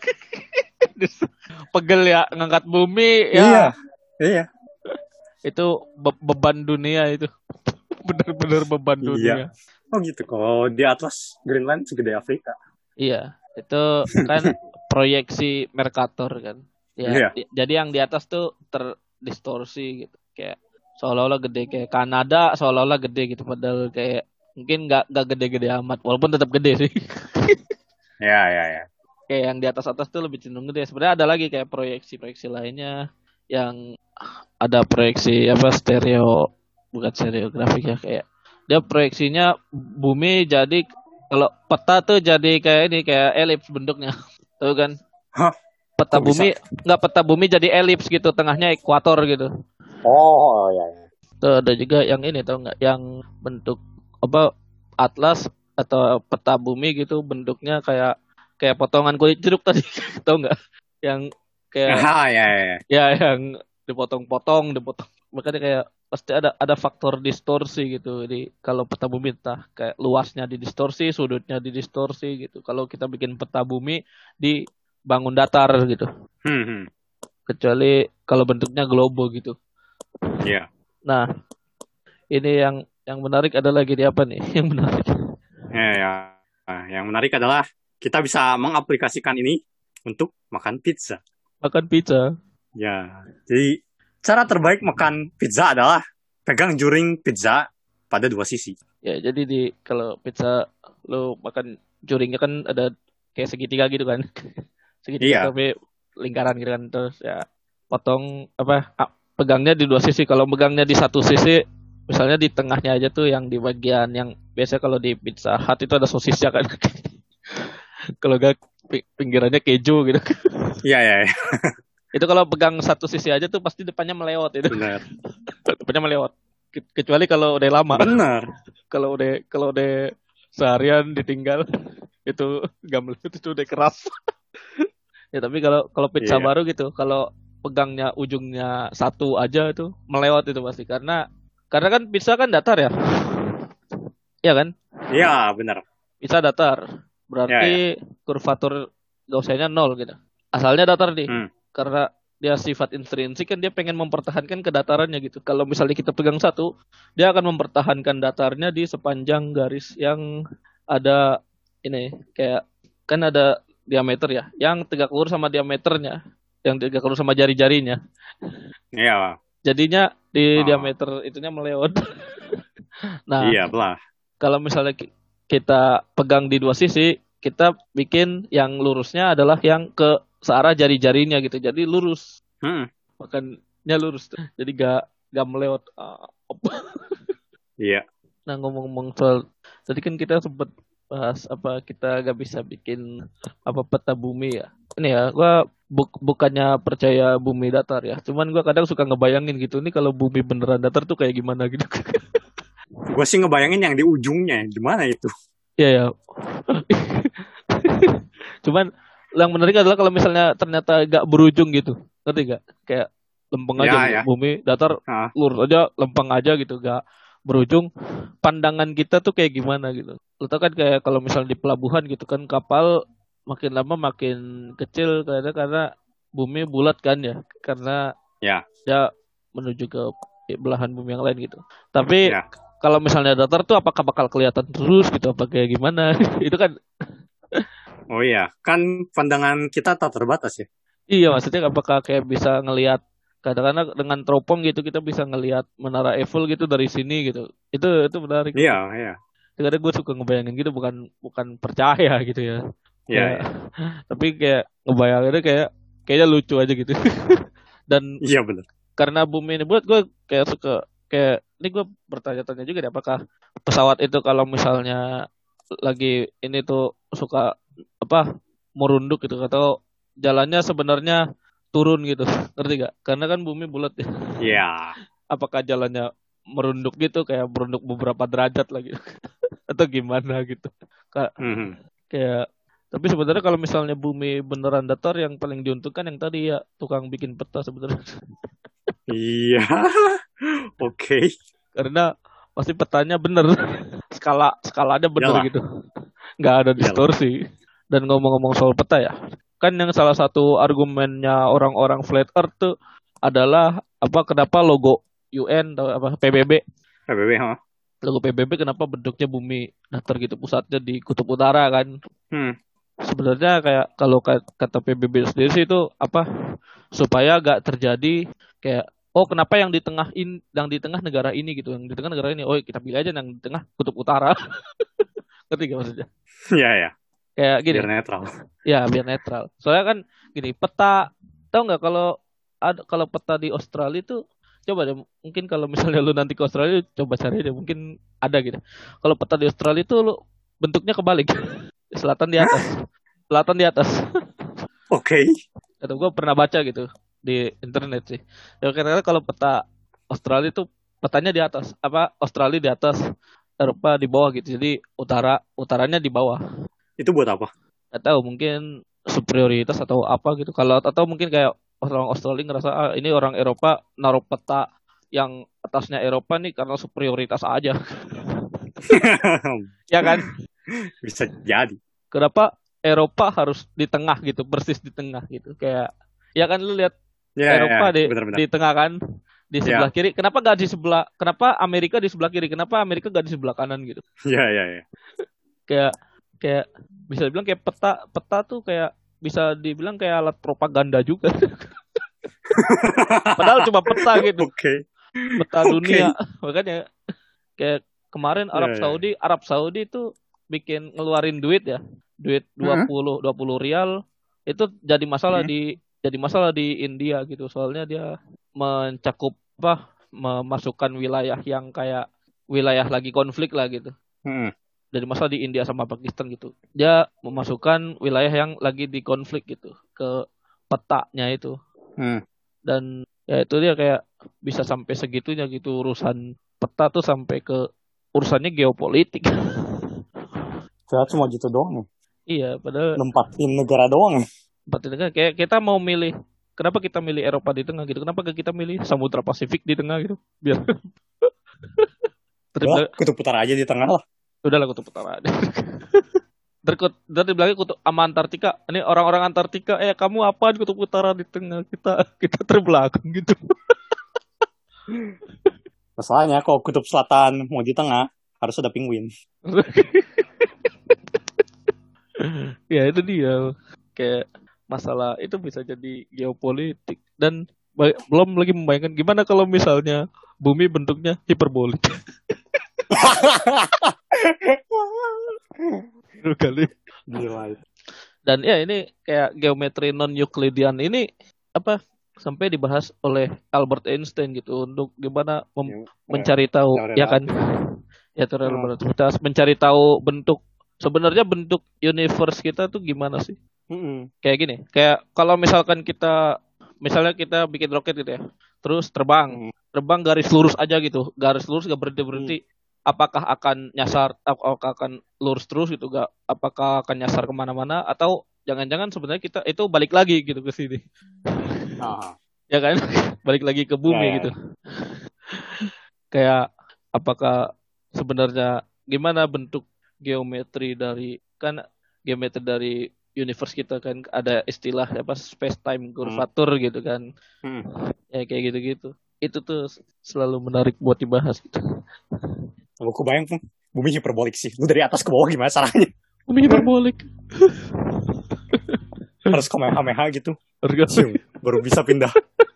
Pegel ya ngangkat bumi Iya, ya, iya, itu be- beban dunia itu. Bener-bener beban iya. dunia. Oh gitu. Kalau di atlas Greenland segede Afrika. Iya, itu kan proyeksi Mercator kan. Ya, Iya. di- jadi yang di atas tuh terdistorsi gitu. Kayak seolah-olah gede kayak Kanada, seolah-olah gede gitu, padahal kayak mungkin nggak nggak gede-gede amat, walaupun tetap gede sih. Ya, ya, ya. Kayak yang di atas-atas tuh lebih cenderung gede. Sebenarnya ada lagi kayak proyeksi-proyeksi lainnya yang ada proyeksi apa stereo, bukan stereografik ya, kayak dia proyeksinya bumi jadi, kalau peta tuh jadi kayak ini, kayak elips bentuknya. Tahu kan? Hah? Peta Kok bisa? bumi, nggak, peta bumi jadi elips gitu, tengahnya ekuator gitu. Oh, ya, ya. Tuh ada juga yang ini, tahu nggak, yang bentuk apa, atlas atau peta bumi gitu bentuknya kayak kayak potongan kulit jeruk tadi. Tahu nggak? Yang kayak Ah, ya, ya, ya. ya yang dipotong-potong, dipotong. Makanya kayak pasti ada ada faktor distorsi gitu. Jadi kalau peta bumi entah kayak luasnya didistorsi, sudutnya didistorsi gitu. Kalau kita bikin peta bumi di bangun datar gitu. Hmm, hmm. Kecuali kalau bentuknya globo gitu. Iya. Nah, ini yang yang menarik ada lagi di apa nih? Yang menarik. Ya, ya. Nah, yang menarik adalah kita bisa mengaplikasikan ini untuk makan pizza. Makan pizza. Ya, jadi cara terbaik makan pizza adalah pegang juring pizza pada dua sisi. Ya, jadi di kalau pizza lo makan juringnya kan ada kayak segitiga gitu kan. Segitiga Iya. tapi lingkaran gitu kan, terus ya potong apa, ah, pegangnya di dua sisi. Kalau pegangnya di satu sisi, misalnya di tengahnya aja tuh, yang di bagian yang biasa kalau di Pizza Hut itu ada sosisnya kan. Kalau gak pi- pinggirannya keju gitu. Iya, ya, ya. Itu kalau pegang satu sisi aja tuh pasti depannya melewat itu. Benar. Depannya melewat. Ke- Kecuali kalau udah lama. Benar. Kalau udah kalau udah seharian ditinggal itu gak melewat, itu udah keras. Ya tapi kalau kalau pizza Iya. baru gitu, kalau pegangnya ujungnya satu aja itu melewat itu pasti, karena karena kan pizza kan datar ya. Iya kan? Iya, benar. Pizza datar. Berarti kurvatur Gaussiannya nol gitu. Asalnya datar nih. Hmm. Karena dia sifat intrinsik kan, dia pengen mempertahankan kedatarannya gitu. Kalau misalnya kita pegang satu, dia akan mempertahankan datarnya di sepanjang garis yang ada ini, kayak kan ada diameter ya, yang tegak lurus sama diameternya, yang tegak lurus sama jari-jarinya. Iya. Jadinya di Ah. diameter itunya melewat. Nah, Iya, belah. kalau misalnya ki- kita pegang di dua sisi, kita bikin yang lurusnya adalah yang ke searah jari-jarinya gitu. Jadi lurus. Hmm. Makannya lurus. Jadi gak gak melewat. Ah, op. Iya. Nah, ngomong-ngomong soal tadi kan kita sempat bahas apa, kita gak bisa bikin apa peta bumi ya. Ini ya, gua buk- bukannya percaya bumi datar ya. Cuman gua kadang suka ngebayangin gitu. Ini kalau bumi beneran datar tuh kayak gimana gitu. Gue sih ngebayangin yang di ujungnya, di mana itu? Iya ya. Cuman yang menarik adalah kalau misalnya ternyata gak berujung gitu, ngerti gak? Kayak lempeng aja Ya, gitu, ya. bumi datar Ah, lurus aja, lempeng aja gitu, gak berujung. Pandangan kita tuh kayak gimana gitu? Lo tau kan kayak kalau misalnya di pelabuhan gitu kan, kapal makin lama makin kecil karena karena bumi bulat kan ya, karena ya, ya menuju ke belahan bumi yang lain gitu. Tapi ya. kalau misalnya datar tuh apakah bakal kelihatan terus gitu, apa kayak gimana? Itu kan Oh iya, kan pandangan kita tak terbatas ya. iya, maksudnya apakah kayak bisa ngelihat kadang-kadang dengan teropong gitu kita bisa ngelihat menara Eiffel gitu dari sini gitu. Itu itu menarik Iya, gitu. iya. Kadang gue suka ngebayangin gitu, bukan bukan percaya gitu ya. Iya, Kayak iya. tapi kayak ngebayanginnya kayak kayaknya lucu aja gitu. Dan Iya benar. karena bumi ini buat gue kayak suka kayak ini gue bertanya-tanya juga deh, apakah pesawat itu kalau misalnya lagi ini tuh suka apa merunduk gitu atau jalannya sebenarnya turun gitu, ngerti gak? Karena kan bumi bulat ya. Iya. Apakah jalannya merunduk gitu kayak merunduk beberapa derajat lagi atau gimana gitu? Kayak Mhm. kayak tapi sebenarnya kalau misalnya bumi beneran datar yang paling diuntungkan yang tadi ya tukang bikin peta sebenarnya. Iya. Oke. Karena pasti petanya bener, skala skalanya bener Iyalah, gitu, nggak ada iyalah. distorsi. Dan ngomong-ngomong soal peta ya, kan yang salah satu argumennya orang-orang flat earth tuh adalah apa, kenapa logo U N atau apa P B B, P B B, ha? logo P B B kenapa bentuknya bumi datar gitu, pusatnya di kutub utara kan. Hmm. Sebenarnya kayak kalau kata P B B sendiri sih itu apa, supaya gak terjadi kayak oh kenapa yang di tengah in yang di tengah negara ini gitu, yang di tengah negara ini, oh kita pilih aja yang di tengah kutub utara. Ngerti gak maksudnya? Iya, ya. Kayak gini, Biar netral. ya biar netral. Soalnya kan gini, peta, tahu nggak kalau ada kalau peta di Australia itu, coba deh mungkin kalau misalnya lu nanti ke Australia coba cari deh, mungkin ada gitu. Kalau peta di Australia itu lu bentuknya kebalik. Selatan di atas, selatan di atas. Oke. Atau gue pernah baca gitu di internet sih. Ya karena kalau peta Australia itu petanya di atas, apa Australia di atas, Eropa di bawah gitu. Jadi utara utaranya di bawah. Itu buat apa? Gak tahu, mungkin superioritas atau apa gitu. Kalau atau mungkin kayak orang Australia ngerasa ah, ini orang Eropa naruh peta yang atasnya Eropa nih karena superioritas aja. Ya kan? Bisa jadi. Kenapa Eropa harus di tengah gitu, persis di tengah gitu. Kayak ya kan lu lihat Ya, ya, ya. Eropa di Benar-benar. di tengah kan, di sebelah Ya, kiri. Kenapa gak di sebelah? Kenapa Amerika di sebelah kiri? Kenapa Amerika gak di sebelah kanan gitu? ya, ya, ya. Kayak kayak bisa dibilang kayak peta peta tuh kayak bisa dibilang kayak alat propaganda juga. Padahal cuma peta gitu, Oke. peta Oke. dunia. Makanya kayak kemarin Ya, Arab ya. Saudi, Arab Saudi itu bikin ngeluarin duit ya, duit dua Hmm? puluh dua puluh rial itu jadi masalah Hmm? di jadi masalah di India gitu. Soalnya dia mencakup apa, memasukkan wilayah yang kayak wilayah lagi konflik lah gitu. Hmm. Dari masalah di India sama Pakistan gitu. Dia memasukkan wilayah yang lagi di konflik gitu ke petanya itu. Hmm. Dan ya itu dia kayak bisa sampai segitunya gitu urusan peta tuh, sampai ke urusannya geopolitik. Saya cuma gitu doang nih. Iya, padahal Nempatin negara doang nih. empat negara kayak kita mau milih, kenapa kita milih Eropa di tengah gitu? Kenapa gak kita milih Samudra Pasifik di tengah gitu? Biar Udah, terus kutub utara aja di tengah lah. udahlah kutub utara. Terkut dari belakang kutub sama Antartika. Ini orang-orang Antartika, eh kamu apa di kutub utara di tengah, kita kita terbelakang gitu. Masalahnya kalau kutub selatan mau di tengah, harus ada penguin. Ya itu dia, kayak masalah itu bisa jadi geopolitik. Dan ba- belum lagi membayangkan gimana kalau misalnya bumi bentuknya hiperbolik. Gitu kali. Gila itu. Dan ya ini kayak geometri non Euclidean ini apa sampai dibahas oleh Albert Einstein gitu untuk gimana mem- mencari tahu Teori ya kan, relatif. ya teori Hmm. relativitas, mencari tahu bentuk sebenarnya bentuk universe kita tuh gimana sih. Mm-mm. Kayak gini, kayak kalau misalkan kita misalnya kita bikin roket gitu ya, terus terbang Mm. terbang garis lurus aja gitu, garis lurus gak berhenti berhenti, apakah akan nyasar, apakah akan lurus terus gitu, gak? Apakah akan nyasar kemana-mana atau jangan-jangan sebenarnya kita itu balik lagi gitu ke sini, Aha. ya kan? Balik lagi ke Ya, bumi ya, gitu. ya. Kayak apakah sebenarnya gimana bentuk geometri dari kan geometri dari universe kita kan ada istilah apa space time Hmm. curvature gitu kan. Hmm. Ya kayak gitu-gitu. Itu tuh selalu menarik buat dibahas gitu. Kalau aku bayang pun bumi hiperbolik sih. Lu dari atas ke bawah gimana caranya? Bumi hiperbolik. Harus kamehameha gitu. Harga. Cium, baru bisa pindah.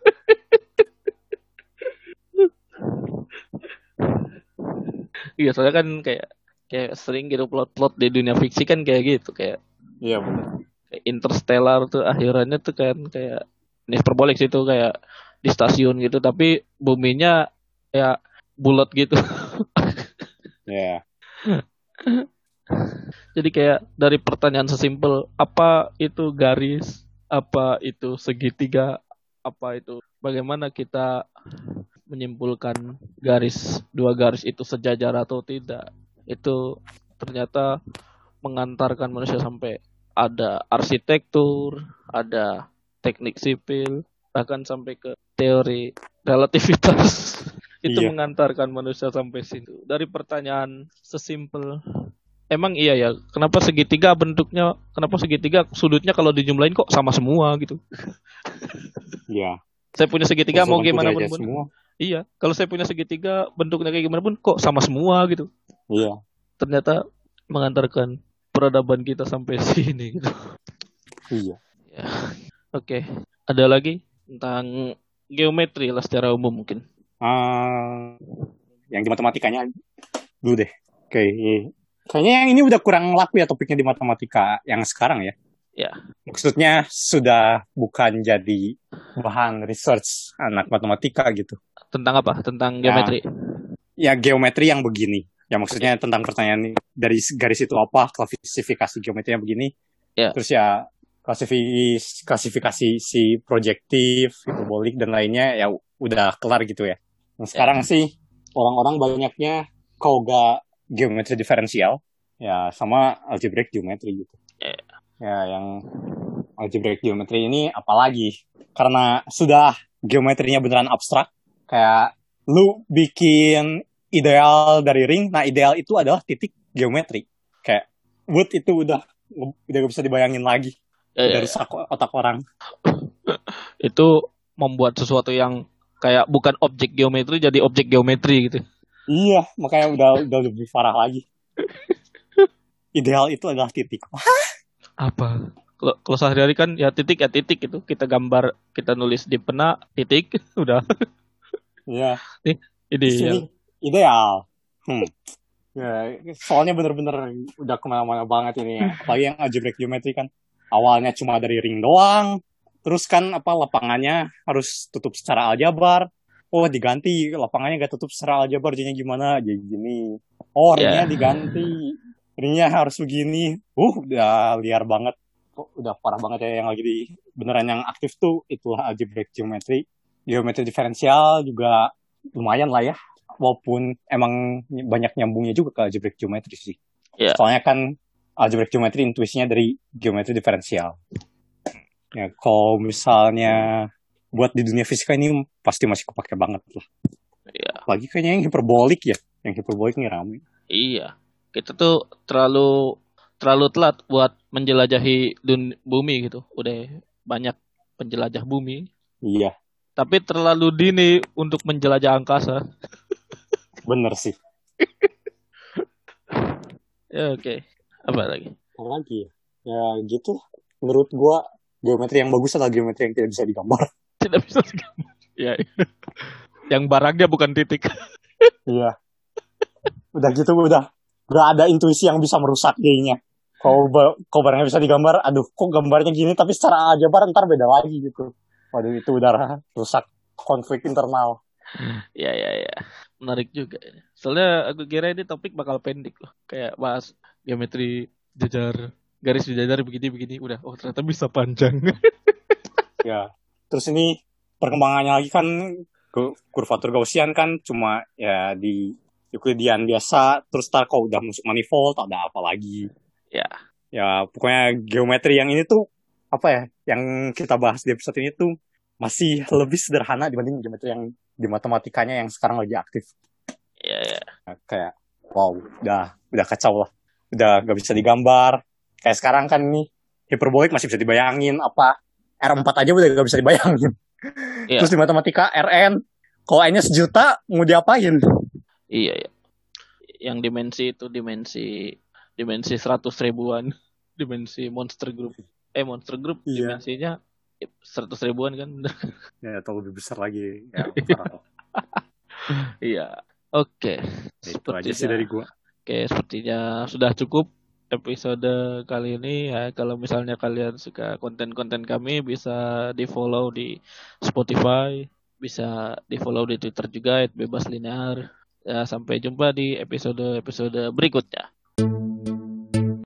Iya, soalnya kan kayak kayak sering gitu plot-plot di dunia fiksi kan kayak gitu, kayak Iya benar. kayak Interstellar tuh akhirannya tuh kan kayak ini hiperbolik sih tuh kayak di stasiun gitu tapi buminya ya bulat gitu. Ya. Jadi kayak dari pertanyaan sesimpel apa itu garis, apa itu segitiga, apa itu bagaimana kita menyimpulkan garis dua garis itu sejajar atau tidak. Itu ternyata mengantarkan manusia sampai ada arsitektur, ada teknik sipil, bahkan sampai ke teori relativitas. Itu Iya. mengantarkan manusia sampai situ. Dari pertanyaan sesimpel, emang iya ya, kenapa segitiga bentuknya, kenapa segitiga sudutnya kalau dijumlahin kok sama semua gitu. Iya. Saya punya segitiga mau Usulan gimana pun, derajat pun. semua. Iya, kalau saya punya segitiga bentuknya kayak gimana pun kok sama semua gitu. Iya. Ternyata mengantarkan peradaban kita sampai sini gitu. Iya. Ya. Oke, ada lagi tentang geometri lah secara umum mungkin. Uh, yang di matematikanya dulu deh. Oke, okay. Kayaknya yang ini udah kurang laku ya topiknya di matematika yang sekarang ya. Ya. Maksudnya sudah bukan jadi bahan research anak matematika gitu. Tentang apa? Tentang geometri? Ya, ya geometri yang begini. Ya maksudnya tentang pertanyaan dari garis itu apa, klasifikasi geometrinya begini. Ya. Terus ya klasifikasi, klasifikasi si projektif, hiperbolik dan lainnya ya udah kelar gitu ya. Nah, sekarang ya. Sih orang-orang banyaknya Koga geometri diferensial ya sama algebraic geometri gitu. Ya. Ya yang algebraic geometri ini apalagi karena sudah geometrinya beneran abstrak kayak lu bikin ideal dari ring, nah ideal itu adalah titik geometri kayak wood itu udah udah gak bisa dibayangin lagi. Ya, Udah ya, rusak ya. Otak orang. Itu membuat sesuatu yang kayak bukan objek geometri jadi objek geometri gitu. Iya, makanya udah udah lebih parah lagi. Ideal itu adalah titik. Apa? Kalau kalau sehari-hari kan ya titik ya titik itu kita gambar, kita nulis di pena titik udah. Iya. Nih, ideal. Ideal. Hmm. Ya, soalnya bener-bener udah kemana-mana banget ini ya. Apalagi yang algebraic geometri kan awalnya cuma dari ring doang, terus kan apa lapangannya harus tutup secara aljabar. Oh diganti lapangannya gak tutup secara aljabar, jadinya gimana? Jadi gini. Oh ringnya yeah. diganti, ringnya harus begini. Uh udah liar banget, kok udah parah banget ya. Yang lagi di beneran yang aktif tuh itulah algebraic geometri. Geometri diferensial juga lumayan lah ya, walaupun emang banyak nyambungnya juga ke algebraic geometri sih. Yeah. Soalnya kan algebraic geometri intuisinya dari geometri diferensial. Ya, kalau misalnya buat di dunia fisika ini pasti masih kepake banget lah. Iya. Lagi kayaknya yang hiperbolik ya, yang hiperbolik ini rame. Iya, kita tuh terlalu terlalu telat buat menjelajahi dun- bumi gitu. Udah banyak penjelajah bumi. Iya. Tapi terlalu dini untuk menjelajah angkasa. Bener sih. Ya oke. Okay. Apa lagi? Apa lagi? Ya gitu. Menurut gua geometri yang bagus adalah geometri yang tidak bisa digambar. Tidak bisa digambar. Ya. Yang barangnya bukan titik. Iya. Udah gitu udah gak ada intuisi yang bisa merusak jadinya. Kalau kalau barangnya bisa digambar, aduh kok gambarnya gini tapi secara aljabar ntar beda lagi gitu. Waduh itu udah rusak konflik internal. Ya ya ya. Menarik juga. Soalnya aku kira ini topik bakal pendek loh. Kayak bahas geometri jajar, garis sejajar begini-begini. Udah, oh ternyata bisa panjang. Ya. Terus ini perkembangannya lagi kan kurvatur Gaussian kan cuma ya di Euclidean biasa, terus ntar kalau udah masuk manifold ada apa lagi. Ya. Ya pokoknya geometri yang ini tuh apa ya, yang kita bahas di episode ini tuh masih lebih sederhana dibanding geometri yang di matematikanya yang sekarang lagi aktif. Iya, ya. Nah, kayak wow, udah udah kacau lah. Udah gak bisa digambar. Kayak sekarang kan nih hiperbolik masih bisa dibayangin, apa R empat aja udah gak bisa dibayangin. Iya. Terus di matematika R N, kalau N-nya sejuta mau diapain? Iya, ya. Yang dimensi itu dimensi dimensi seratus ribuan, dimensi monster group. Eh monster group Iya. dimensinya seratus ribuan kan. Ya atau lebih besar lagi. Ya, iya. Oke. Itu aja sih dari gua. Oke, sepertinya sudah cukup episode kali ini ya. Kalau misalnya kalian suka konten-konten kami, bisa di-follow di Spotify, bisa di-follow di Twitter juga at bebas linear. Ya, sampai jumpa di episode-episode berikutnya.